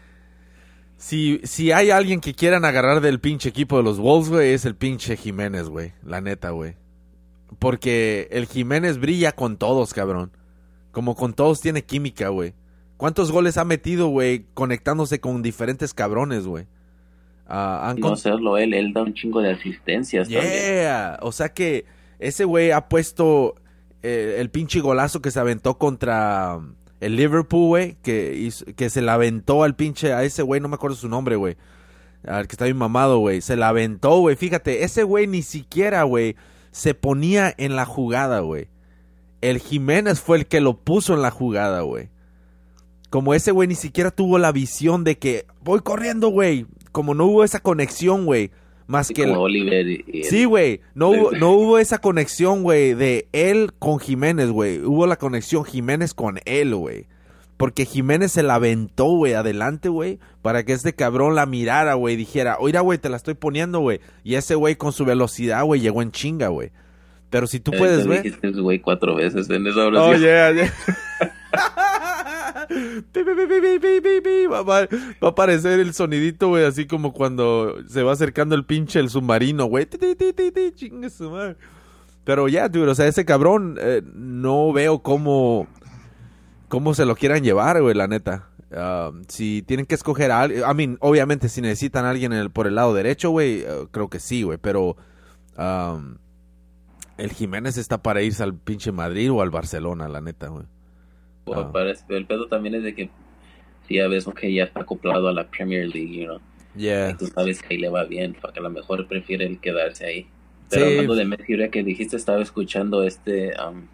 si, si hay alguien que quieran agarrar del pinche equipo de los Wolves, güey, es el pinche Jiménez, güey, la neta, güey. Porque el Jiménez brilla con todos, cabrón. Como con todos tiene química, güey. ¿Cuántos goles ha metido, güey, conectándose con diferentes cabrones, güey? Ah, han No con- serlo él, él da un chingo de asistencias también. Yeah, o sea que ese güey ha puesto eh, el pinche golazo que se aventó contra um, el Liverpool, güey, que, hizo- que se la aventó al pinche, a ese güey, no me acuerdo su nombre, güey, al que está bien mamado, güey, se la aventó, güey, fíjate, ese güey ni siquiera, güey, se ponía en la jugada, güey. El Jiménez fue el que lo puso en la jugada, güey. Como ese güey ni siquiera tuvo la visión de que voy corriendo, güey. Como no hubo esa conexión, güey. Más Así que como el... Oliver y, y Sí, güey. No hubo, no hubo esa conexión, güey, de él con Jiménez, güey. Hubo la conexión Jiménez con él, güey. Porque Jiménez se la aventó, güey, adelante, güey. Para que este cabrón la mirara, güey. Dijera, oiga, güey, te la estoy poniendo, güey. Y ese güey con su velocidad, güey, llegó en chinga, güey. Pero si tú Eh, puedes te ver... dijiste ese güey cuatro veces en esa Oh, oración. yeah, yeah. Pi, pi, pi, pi, pi, pi, pi. Va, va- va a aparecer el sonidito, güey, así como cuando se va acercando el pinche el submarino, güey. Ti, ti, ti, ti, ti, chingue su madre. Pero ya, dude, o sea, ese cabrón eh, no veo cómo cómo se lo quieran llevar, güey, la neta. Um, si tienen que escoger a alguien, I mean, obviamente si necesitan a alguien en el- por el lado derecho, güey, eh, creo que sí, güey, pero um, el Jiménez está para irse al pinche Madrid o al Barcelona, la neta, güey. Bueno, Ah. parece- pero el pedo también es de que si ya ves que ya está acoplado a la Premier League, you know, Yeah. y tú sabes que ahí le va bien, para que a lo mejor prefiere él quedarse ahí. Pero Sí. hablando de Messi, ahora que dijiste, estaba escuchando este um,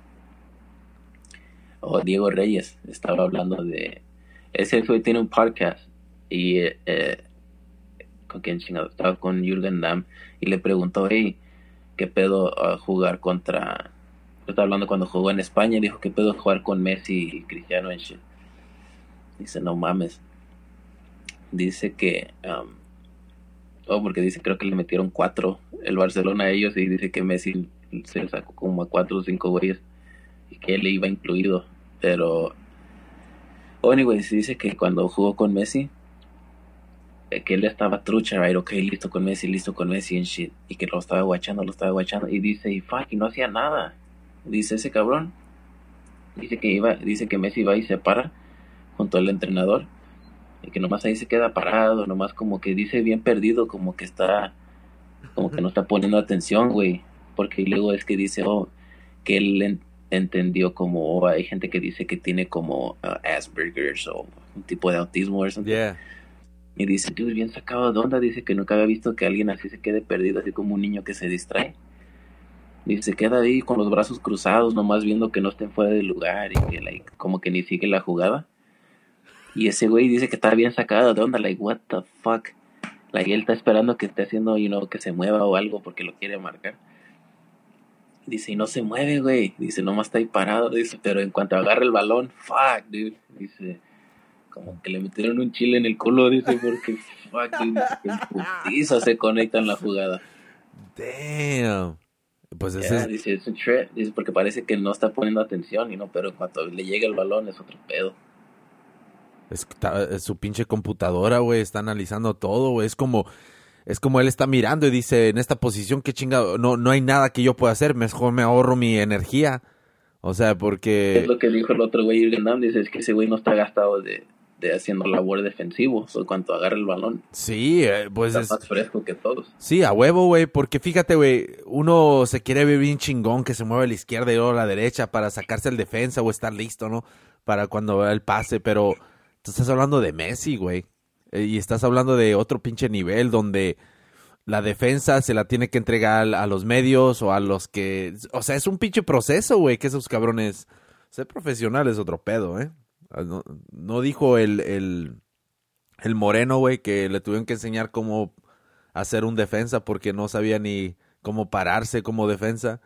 oh, Diego Reyes, estaba hablando de ese fue, tiene un podcast y eh, eh, con quién chingado, estaba con Jürgen Damm y le preguntó, hey, qué pedo uh, jugar contra, estaba hablando cuando jugó en España y dijo, qué pedo jugar con Messi y Cristiano en shit. Dice, no mames. Dice que um, oh, porque dice, creo que le metieron cuatro el Barcelona a ellos y dice que Messi se sacó como a cuatro o cinco güeyes y que él le iba incluido, pero oh, anyways, dice que cuando jugó con Messi eh, que él estaba trucha, right, ok, listo con Messi, listo con Messi and shit, y que lo estaba guachando, lo estaba guachando, y dice, y fuck, y no hacía nada, dice ese cabrón, dice que iba, dice que Messi va y se para junto al entrenador, y que nomás ahí se queda parado, nomás como que dice bien perdido, como que está, como que no está poniendo atención, güey, porque luego es que dice, oh, que el, entendió como, oh, hay gente que dice que tiene como uh, Asperger's o un tipo de autismo o something. Yeah. Y dice, tú bien sacado de onda, dice que nunca había visto que alguien así se quede perdido, así como un niño que se distrae. Y se queda ahí con los brazos cruzados, nomás viendo que no estén fuera del lugar y que like, como que ni sigue la jugada. Y ese güey dice que está bien sacado de onda, like, what the fuck. Like, él está esperando que esté haciendo, you know, que se mueva o algo porque lo quiere marcar. Dice, y no se mueve, güey. Dice, nomás está ahí parado. Dice, pero en cuanto agarra el balón, fuck, dude. Dice, como que le metieron un chile en el culo, dice, porque fuck, dude. En putiza se conecta en la jugada. Damn. Pues ese Yeah, es... dice, es un trip. Dice, porque parece que no está poniendo atención, y no, pero en cuanto le llega el balón es otro pedo. Es, es su pinche computadora, güey. Está analizando todo, güey. Es como... Es como él está mirando y dice, en esta posición, qué chingado, no, no hay nada que yo pueda hacer, mejor me ahorro mi energía. O sea, porque... Es lo que dijo el otro güey, Jürgen Damm, dice, es que ese güey no está gastado de, de haciendo labor defensivo, o so, cuanto agarra el balón. Sí, eh, pues está es... más fresco que todos. Sí, a huevo, güey, porque fíjate, güey, uno se quiere ver bien chingón, que se mueve a la izquierda y luego a la derecha para sacarse el defensa o estar listo, ¿no? Para cuando vea el pase, pero tú estás hablando de Messi, güey, eh, y estás hablando de otro pinche nivel donde... La defensa se la tiene que entregar a los medios o a los que... O sea, es un pinche proceso, güey, que esos cabrones... Ser profesional es otro pedo, ¿eh? No, no dijo el, el, el moreno, güey, que le tuvieron que enseñar cómo hacer un defensa porque no sabía ni cómo pararse como defensa.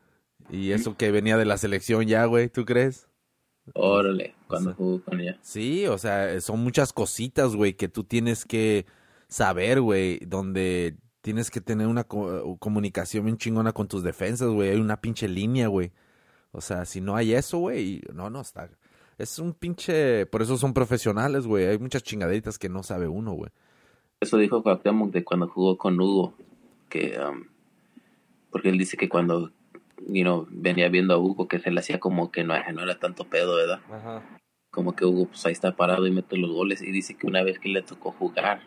Y eso que venía de la selección ya, güey, ¿tú crees? Órale, cuando o sea, jugó con ella. Sí, o sea, son muchas cositas, güey, que tú tienes que saber, güey, donde... Tienes que tener una co- comunicación bien chingona con tus defensas, güey. Hay una pinche línea, güey. O sea, si no hay eso, güey, no, no está. Es un pinche... Por eso son profesionales, güey. Hay muchas chingaderitas que no sabe uno, güey. Eso dijo Cuauhtémoc de cuando jugó con Hugo. Que, um, porque él dice que cuando, you know, venía viendo a Hugo que se le hacía como que no, no era tanto pedo, ¿verdad? Ajá. Como que Hugo, pues ahí está parado y mete los goles. Y dice que una vez que le tocó jugar...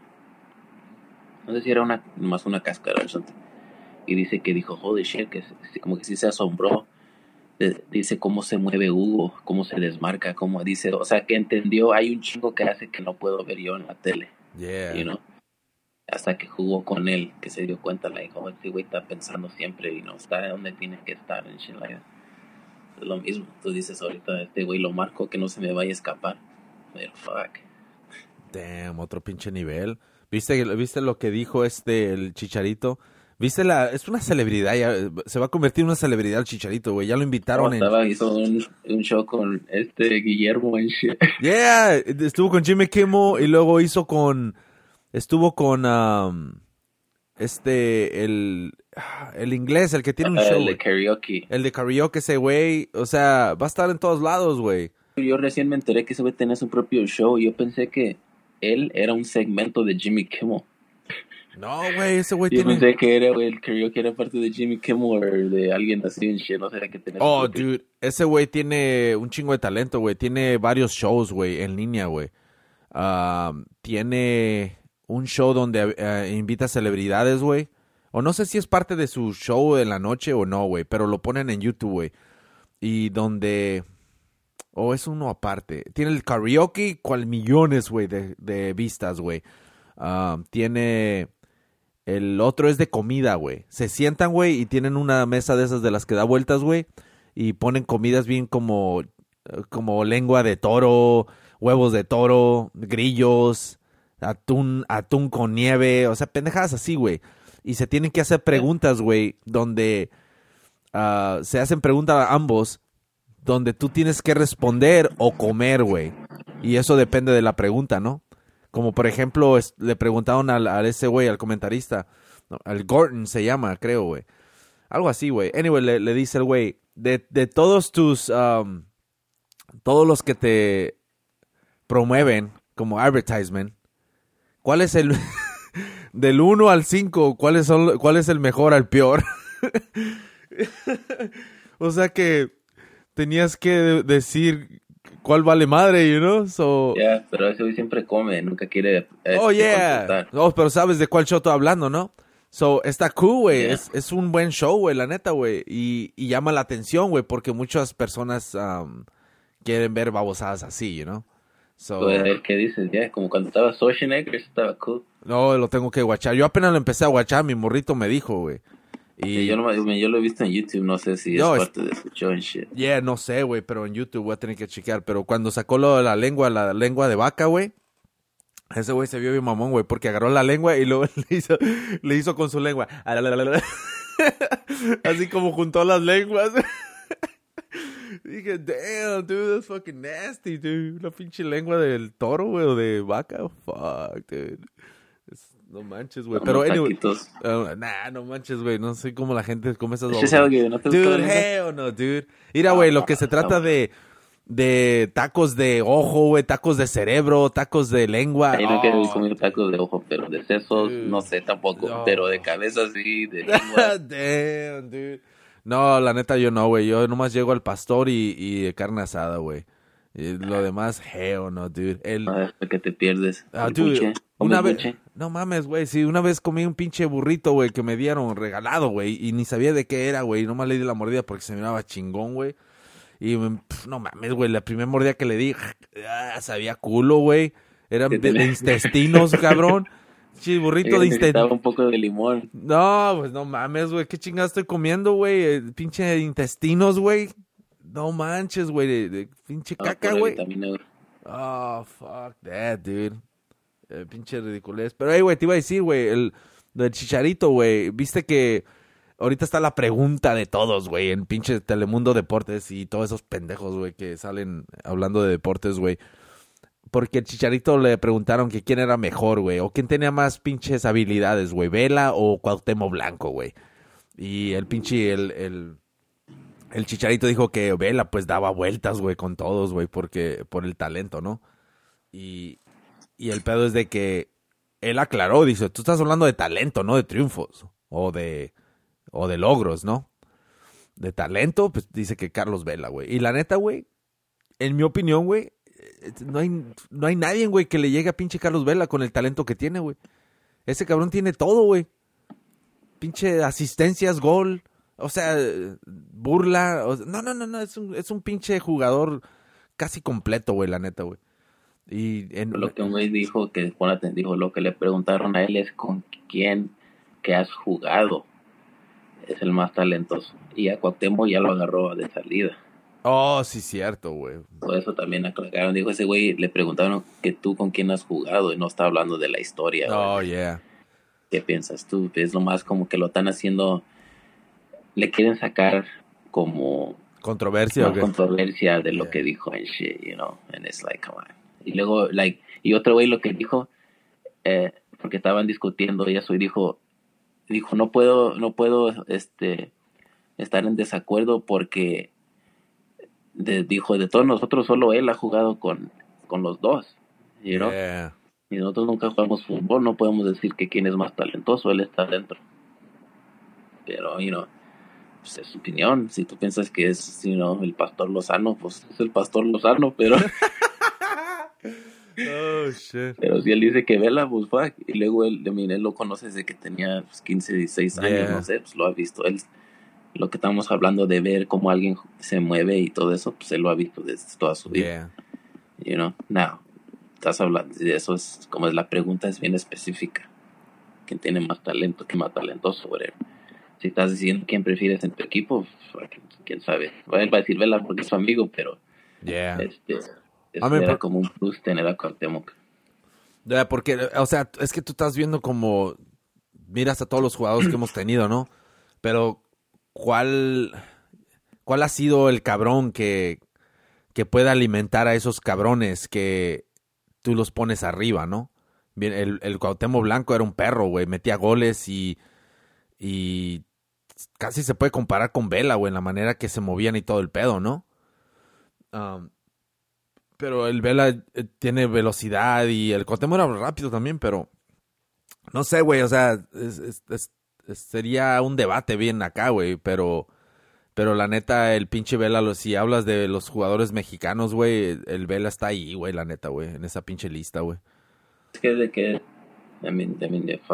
No sé si era una más una cáscara o something. Y dice que dijo, holy shit, que como que sí se asombró. De, dice cómo se mueve Hugo, cómo se desmarca, cómo dice, o sea, que entendió, hay un chingo que hace que no puedo ver yo en la tele. Yeah. You know? Hasta que jugó con él, que se dio cuenta, like, oh, este güey está pensando siempre y no está donde tiene que estar en shit like that. Es lo mismo, tú dices ahorita, este güey lo marco, que no se me vaya a escapar. Pero fuck. Damn, otro pinche nivel. ¿Viste, ¿Viste lo que dijo este, el Chicharito? ¿Viste la...? Es una celebridad, ya, se va a convertir en una celebridad el Chicharito, güey. Ya lo invitaron oh, en... Estaba, hizo un, un show con este Guillermo en shit. Yeah, estuvo con Jimmy Kimmel y luego hizo con... Estuvo con... Um, este, el... El inglés, el que tiene un uh, show. El de karaoke. El de karaoke, ese güey. O sea, va a estar en todos lados, güey. Yo recién me enteré que ese güey tenía su propio show. Yo pensé que él era un segmento de Jimmy Kimmel. No, güey, ese güey Yo tiene... pensé que era, güey, el karaoke era parte de Jimmy Kimmel o de alguien así en shit. No sé qué tenía. Oh, dude, ese güey tiene un chingo de talento, güey. Tiene varios shows, güey, en línea, güey. Uh, tiene un show donde uh, invita celebridades, güey. O no sé si es parte de su show de la noche o no, güey. Pero lo ponen en YouTube, güey. Y donde... O oh, es uno aparte. Tiene el karaoke, cual millones, güey, de, de vistas, güey. Uh, tiene... El otro es de comida, güey. Se sientan, güey, y tienen una mesa de esas de las que da vueltas, güey. Y ponen comidas bien como... Como lengua de toro, huevos de toro, grillos, atún, atún con nieve. O sea, pendejadas así, güey. Y se tienen que hacer preguntas, güey, donde... Uh, se hacen preguntas a ambos... Donde tú tienes que responder o comer, güey. Y eso depende de la pregunta, ¿no? Como por ejemplo, es, le preguntaron al, a ese güey, al comentarista. No, al Gordon se llama, creo, güey. Algo así, güey. Anyway, le, le dice el güey. De, de todos tus... Um, todos los que te promueven como advertisement. ¿Cuál es el... del uno al cinco, ¿cuál es, cuál es el mejor al peor? O sea que... Tenías que decir cuál vale madre, you know? So... Ya, yeah, pero ese güey siempre come, nunca quiere... Eh, oh, yeah. Oh, pero sabes de cuál show estoy hablando, ¿no? So, está cool, güey. Yeah. Es, es un buen show, güey, la neta, güey. Y, y llama la atención, güey, porque muchas personas um, quieren ver babosadas así, you know? So, Pues, el que dices, ya, yeah, como cuando estaba Schwarzenegger, eso estaba cool. no, lo tengo que guachar. Yo apenas lo empecé a guachar, mi morrito me dijo, güey. Y Sí, yo, no, yo lo he visto en YouTube, no sé si No, es es- parte de su show and shit. yeah, no sé, güey, pero en YouTube voy a tener que chequear. Pero cuando sacó lo de la lengua, la lengua de vaca, güey, ese güey se vio bien mamón, güey, porque agarró la lengua y luego le hizo, le hizo con su lengua. Así como juntó las lenguas. Dije, damn, dude, that's fucking nasty, dude. La pinche lengua del toro, güey, o de vaca. Fuck, dude. Es- no manches, güey. Pero, Unos anyway, taquitos. uh, nah, no manches, güey. No sé cómo la gente come esas It's just babosadas. how you- ¿no te gusta la Dude, lengua? hell no, dude. Mira, güey, lo que se trata de, de tacos de ojo, güey, tacos de cerebro, tacos de lengua. Ahí no quiero Oh, comer tacos de ojo, pero de sesos, Dude. no sé tampoco. No. Pero de cabeza sí, de lengua. Damn, dude. No, la neta yo no, güey. Yo nomás llego al pastor y, y de carne asada, güey. Y lo demás, hell no, dude. El, No, es que te pierdes. ah, El dude, buche. una ¿Comes vez, buche? no mames, güey. Sí, una vez comí un pinche burrito, güey, que me dieron regalado, güey. Y ni sabía de qué era, güey. Nomás le di la mordida porque se miraba chingón, güey. Y pff, no mames, güey. La primera mordida que le di, ah, sabía culo, güey. Eran ¿Qué de, de tenía? intestinos, cabrón. Sí, burrito de Necesitaba intestinos. un poco de limón. No, pues no mames, güey. ¿Qué chingada estoy comiendo, güey? Eh, Pinche intestinos, güey. No manches, güey. De, de pinche No, caca, por güey. vitamina, güey. Oh, fuck that, dude. Eh, pinche ridiculez. Pero, hey, güey, te iba a decir, güey, el del Chicharito, güey. Viste que ahorita está la pregunta de todos, güey, en pinche Telemundo Deportes y todos esos pendejos, güey, que salen hablando de deportes, güey. Porque el Chicharito le preguntaron que quién era mejor, güey, o quién tenía más pinches habilidades, güey, Vela o Cuauhtémoc Blanco, güey. Y el pinche, el, el, el Chicharito dijo que Vela, pues, daba vueltas, güey, con todos, güey, porque, por el talento, ¿no? Y, y el pedo es de que él aclaró, dice, tú estás hablando de talento, no de triunfos, o de, o de logros, ¿no? De talento, pues, dice que Carlos Vela, güey. Y la neta, güey, en mi opinión, güey, no hay, no hay nadie, güey, que le llegue a pinche Carlos Vela con el talento que tiene, güey. Ese cabrón tiene todo, güey. Pinche asistencias, gol, o sea, burla. O sea, no, no, no, no, es un, es un pinche jugador casi completo, güey, la neta, güey. Y en, Lo que un güey dijo, que Jonathan dijo, lo que le preguntaron a él es con quién que has jugado es el más talentoso. Y a Cuauhtémoc ya lo agarró de salida. Oh, sí, cierto, güey. Por eso también aclararon. Dijo ese güey, le preguntaron que tú con quién has jugado y no está hablando de la historia. Oh, güey. yeah. ¿Qué piensas tú? Es lo más como que lo están haciendo, le quieren sacar como Controversia, una ¿o qué? controversia de lo Yeah. que dijo en shit, you know, and it's like, come on. Y luego, like, y otro güey lo que dijo, eh, porque estaban discutiendo y eso, y dijo, dijo, no puedo, no puedo, este, estar en desacuerdo porque, de, dijo, de todos nosotros solo él ha jugado con, con los dos, you know, Yeah. y nosotros nunca jugamos fútbol, no podemos decir que quién es más talentoso, él está dentro. Pero, you know, pues es su opinión. Si tú piensas que es, you know, el Pastor Lozano, pues es el Pastor Lozano, pero, Oh, shit. pero si él dice que Vela, pues fuck. Y luego él, I mean, él lo conoce desde que tenía pues, quince, dieciséis años, Yeah. no sé, pues lo ha visto. Él, lo que estamos hablando de ver cómo alguien se mueve y todo eso, pues él lo ha visto desde toda su vida. Yeah. You know, now, estás hablando de eso, es como es la pregunta es bien específica. ¿Quién tiene más talento? ¿Quién más talentoso? Whatever. Si estás diciendo quién prefieres en tu equipo, pues, quién sabe. Él va a decir Vela porque es su amigo, pero Yeah. este, eso I mean, era por- como un plus tener a Cuauhtémoc. Yeah, porque, o sea, es que tú estás viendo como miras a todos los jugadores que hemos tenido, ¿no? Pero ¿cuál cuál ha sido el cabrón que que pueda alimentar a esos cabrones que tú los pones arriba, ¿no? Bien, el el Cuauhtémoc Blanco era un perro, güey, metía goles y y casi se puede comparar con Vela, güey, en la manera que se movían y todo el pedo, ¿no? Um, pero el Vela eh, tiene velocidad y el Cuauhtémoc era rápido también, pero no sé, güey, o sea, es, es, es, es, sería un debate bien acá, güey, pero pero la neta, el pinche Vela, lo, si hablas de los jugadores mexicanos, güey, el Vela está ahí, güey, la neta, güey, en esa pinche lista, güey. Es que de que, I mean, I mean, yeah, fuck it.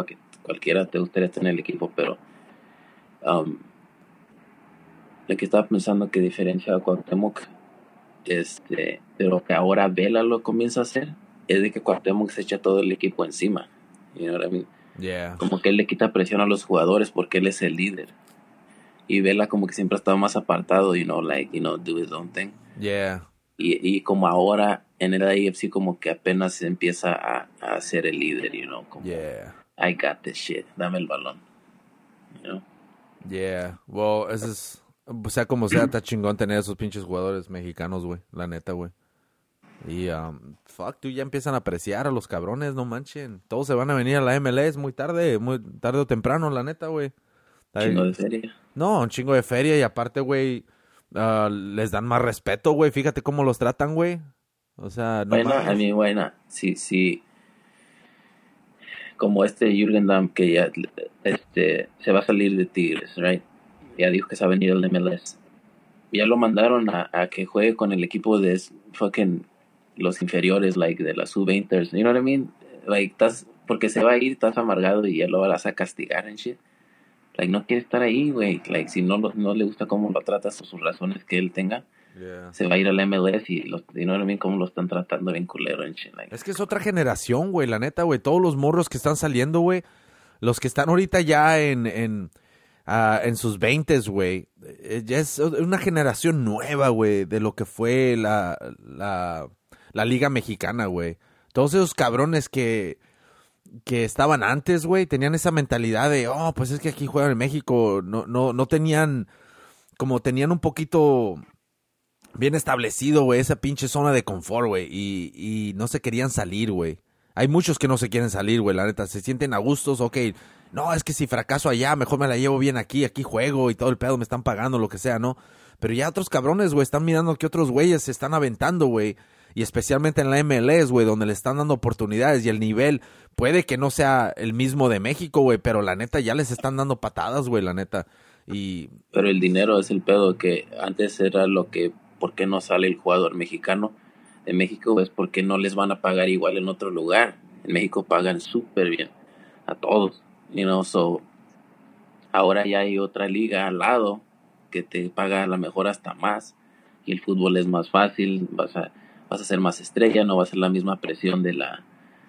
cualquiera te gustaría estar en el equipo, pero um, lo que estaba pensando que diferencia a Cuauhtémoc, este, pero que ahora Vela lo comienza a hacer, es de que Cuauhtémoc se echa todo el equipo encima. You know what I mean? Yeah. Como que él le quita presión a los jugadores porque él es el líder. Y Vela como que siempre ha estado más apartado, you know, like, you know, do his own thing. Yeah. Y, y como ahora en el A F C como que apenas se empieza a, a ser el líder, you know, como Yeah. I got this shit, dame el balón, you know. Yeah. Well, ese es, o sea, como sea, está chingón tener esos pinches jugadores mexicanos, güey, la neta, güey. Y, um, fuck, tú ya empiezan a apreciar a los cabrones, no manchen. Todos se van a venir a la M L S muy tarde, muy tarde o temprano, la neta, güey. Chingo de feria. No, un chingo de feria y aparte, güey, uh, les dan más respeto, güey. Fíjate cómo los tratan, güey. O sea, no Bueno, mames. a mí, bueno, sí, sí. Como este Jürgen Damm que ya este, se va a salir de Tigres, right? Ya dijo que se va a venir al M L S. Ya lo mandaron a, a que juegue con el equipo de fucking los inferiores, like, de las U veinte, you know what I mean? Like, estás, porque se va a ir, estás amargado y ya lo vas a castigar and shit. Like, no quiere estar ahí, güey. Like, si no, no le gusta cómo lo tratas o sus razones que él tenga, Yeah. se va a ir al M L S y los, you know what I mean, cómo lo están tratando bien culero and shit. Like. Es que es otra generación, güey, la neta, güey. Todos los morros que están saliendo, güey, los que están ahorita ya en, en, uh, en sus veintes, güey, eh, ya es una generación nueva, güey, de lo que fue la, la, la Liga Mexicana, güey. Todos esos cabrones que... que estaban antes, güey, tenían esa mentalidad de, oh, pues es que aquí juegan en México, no, no, no tenían, como tenían un poquito bien establecido, güey, esa pinche zona de confort, güey, y, y no se querían salir, güey. Hay muchos que no se quieren salir, güey, la neta, se sienten a gustos, ok, no, es que si fracaso allá, mejor me la llevo bien aquí, aquí juego y todo el pedo, me están pagando, lo que sea, ¿no? Pero ya otros cabrones, güey, están mirando que otros güeyes se están aventando, güey. Y especialmente en la M L S, güey, donde le están dando oportunidades y el nivel puede que no sea el mismo de México, güey, pero la neta ya les están dando patadas, güey, la neta. Y Pero el dinero es el pedo que antes era lo que, ¿por qué no sale el jugador mexicano de México? Es porque no les van a pagar igual en otro lugar. En México pagan súper bien a todos, you know, so ahora ya hay otra liga al lado que te paga a lo mejor hasta más y el fútbol es más fácil, vas a vas a ser más estrella, no va a ser la misma presión de la,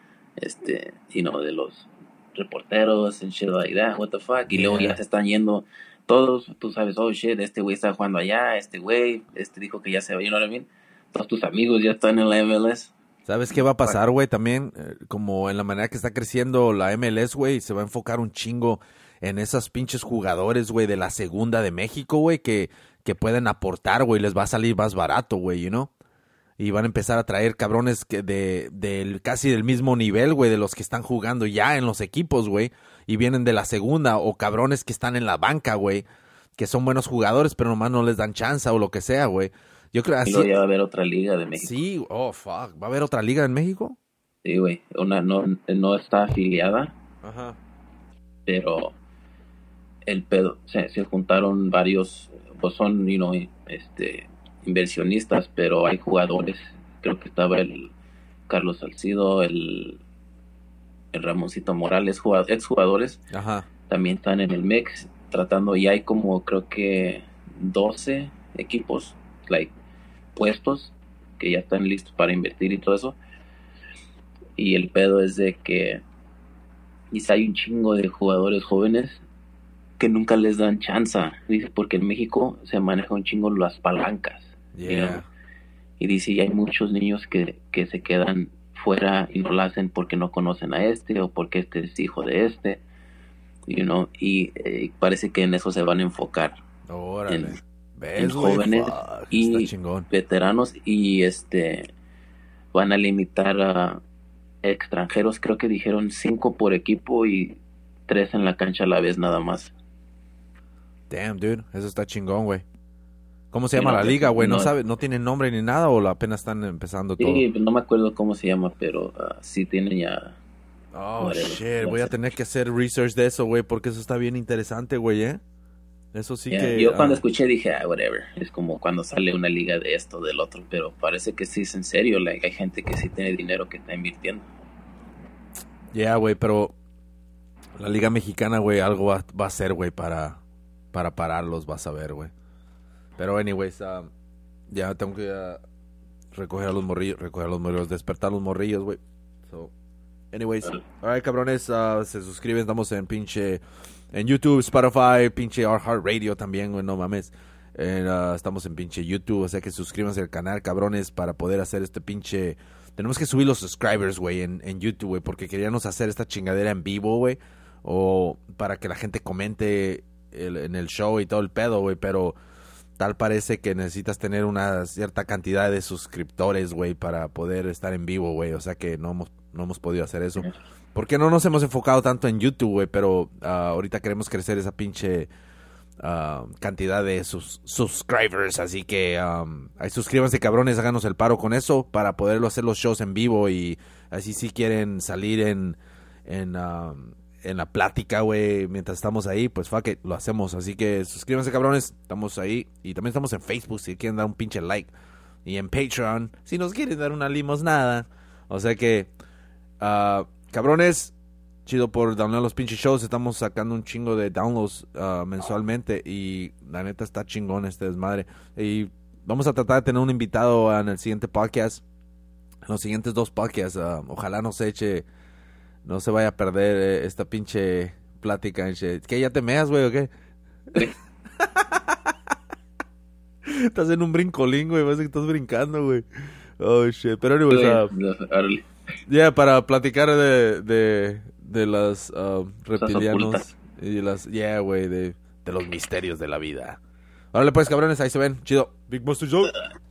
este, you know, de los reporteros and shit like that, what the fuck, y Yeah. luego ya se están yendo todos, tú sabes, oh shit, este güey está jugando allá, este güey, este dijo que ya se va, you know what I mean? Todos tus amigos ya están en la M L S. ¿sabes qué va a pasar, güey? También, eh, como en la manera que está creciendo la M L S, güey, se va a enfocar un chingo en esos pinches jugadores, güey, de la segunda de México, güey, que, que pueden aportar, güey, les va a salir más barato, güey, you know? Y van a empezar a traer cabrones que de, de casi del mismo nivel, güey, de los que están jugando ya en los equipos, güey. Y vienen de la segunda, o cabrones que están en la banca, güey. Que son buenos jugadores, pero nomás no les dan chance o lo que sea, güey. Yo creo Y así. luego ya va a haber otra liga de México. Sí, oh, fuck. ¿Va a haber otra liga en México? Sí, güey, una no, no está afiliada, Ajá. pero el pedo, se, se juntaron varios, pues son, you know, este... inversionistas, pero hay jugadores, creo que estaba el Carlos Salcido, el, el Ramoncito Morales, jugador, exjugadores, Ajá. también están en el mix, tratando, y hay como creo que doce equipos, like, puestos, que ya están listos para invertir y todo eso, y el pedo es de que quizá hay un chingo de jugadores jóvenes que nunca les dan chance, dice, porque en México se maneja un chingo las palancas. Yeah. You know? Y dice, y hay muchos niños que, que se quedan fuera y no lo hacen porque no conocen a este o porque este es hijo de este, you know, y eh, parece que en eso se van a enfocar. Órale. En, ¿Ves, en güey? jóvenes Fuck, y está chingón. veteranos, y este van a limitar a extranjeros, creo que dijeron cinco por equipo y tres en la cancha a la vez nada más. Damn, dude. Eso está chingón, güey. ¿Cómo se Sí, llama no, la liga, güey? ¿No, no- sabe, ¿No tienen nombre ni nada o la- apenas están empezando todo? Sí, no me acuerdo cómo se llama, pero ah, sí tienen ya. Oh, whatever. shit. Voy a No sé. tener que hacer research de eso, güey, porque eso está bien interesante, güey, ¿eh? Eso sí Yeah, que... yo cuando ah, escuché dije, ah, whatever. Es como cuando sale una liga de esto, del otro, pero parece que sí es en serio. Like, hay gente que sí tiene dinero que está invirtiendo. Yeah, güey, pero La Liga Mexicana, güey, algo va, va a hacer, güey, para, para pararlos, vas a ver, güey. Pero, anyways, uh, ya tengo que uh, recoger a los morrillos, recoger a los morrillos, despertar a los morrillos, güey. So, anyways, alright, cabrones, uh, se suscriben, estamos en pinche, en YouTube, Spotify, pinche iHeartRadio también, güey, no mames. And, uh, estamos en pinche YouTube, o sea que suscríbanse al canal, cabrones, para poder hacer este pinche... Tenemos que subir los subscribers, güey, en, en YouTube, güey, porque queríamos hacer esta chingadera en vivo, güey. O para que la gente comente el, en el show y todo el pedo, güey, pero tal parece que necesitas tener una cierta cantidad de suscriptores, güey, para poder estar en vivo, güey, o sea que no hemos, no hemos podido hacer eso. Porque no nos hemos enfocado tanto en YouTube, güey, pero uh, ahorita queremos crecer esa pinche uh, cantidad de sus subscribers, así que um, ahí suscríbanse, cabrones, háganos el paro con eso para poderlo hacer los shows en vivo y así si quieren salir en... en um, en la plática, güey, mientras estamos ahí, pues fuck it, lo hacemos. Así que suscríbanse, cabrones, estamos ahí. Y también estamos en Facebook, si quieren dar un pinche like. Y en Patreon, si nos quieren dar una limosnada. O sea que, uh, cabrones, chido por download los pinches shows. Estamos sacando un chingo de downloads uh, mensualmente. Y la neta está chingón este desmadre. Y vamos a tratar de tener un invitado en el siguiente podcast. En los siguientes dos podcasts, uh, ojalá nos eche... No se vaya a perder eh, esta pinche plática. ¿Qué, ya te meas, güey, o qué? Sí. Estás en un brincolín, güey. Parece que estás brincando, güey. Oh, shit. Pero, anyways, uh, ya, yeah, para platicar de, de, de las uh, reptilianos y las... Yeah, güey, de, de los misterios de la vida. Órale, pues, cabrones, ahí se ven. Chido. Big Buster Joe.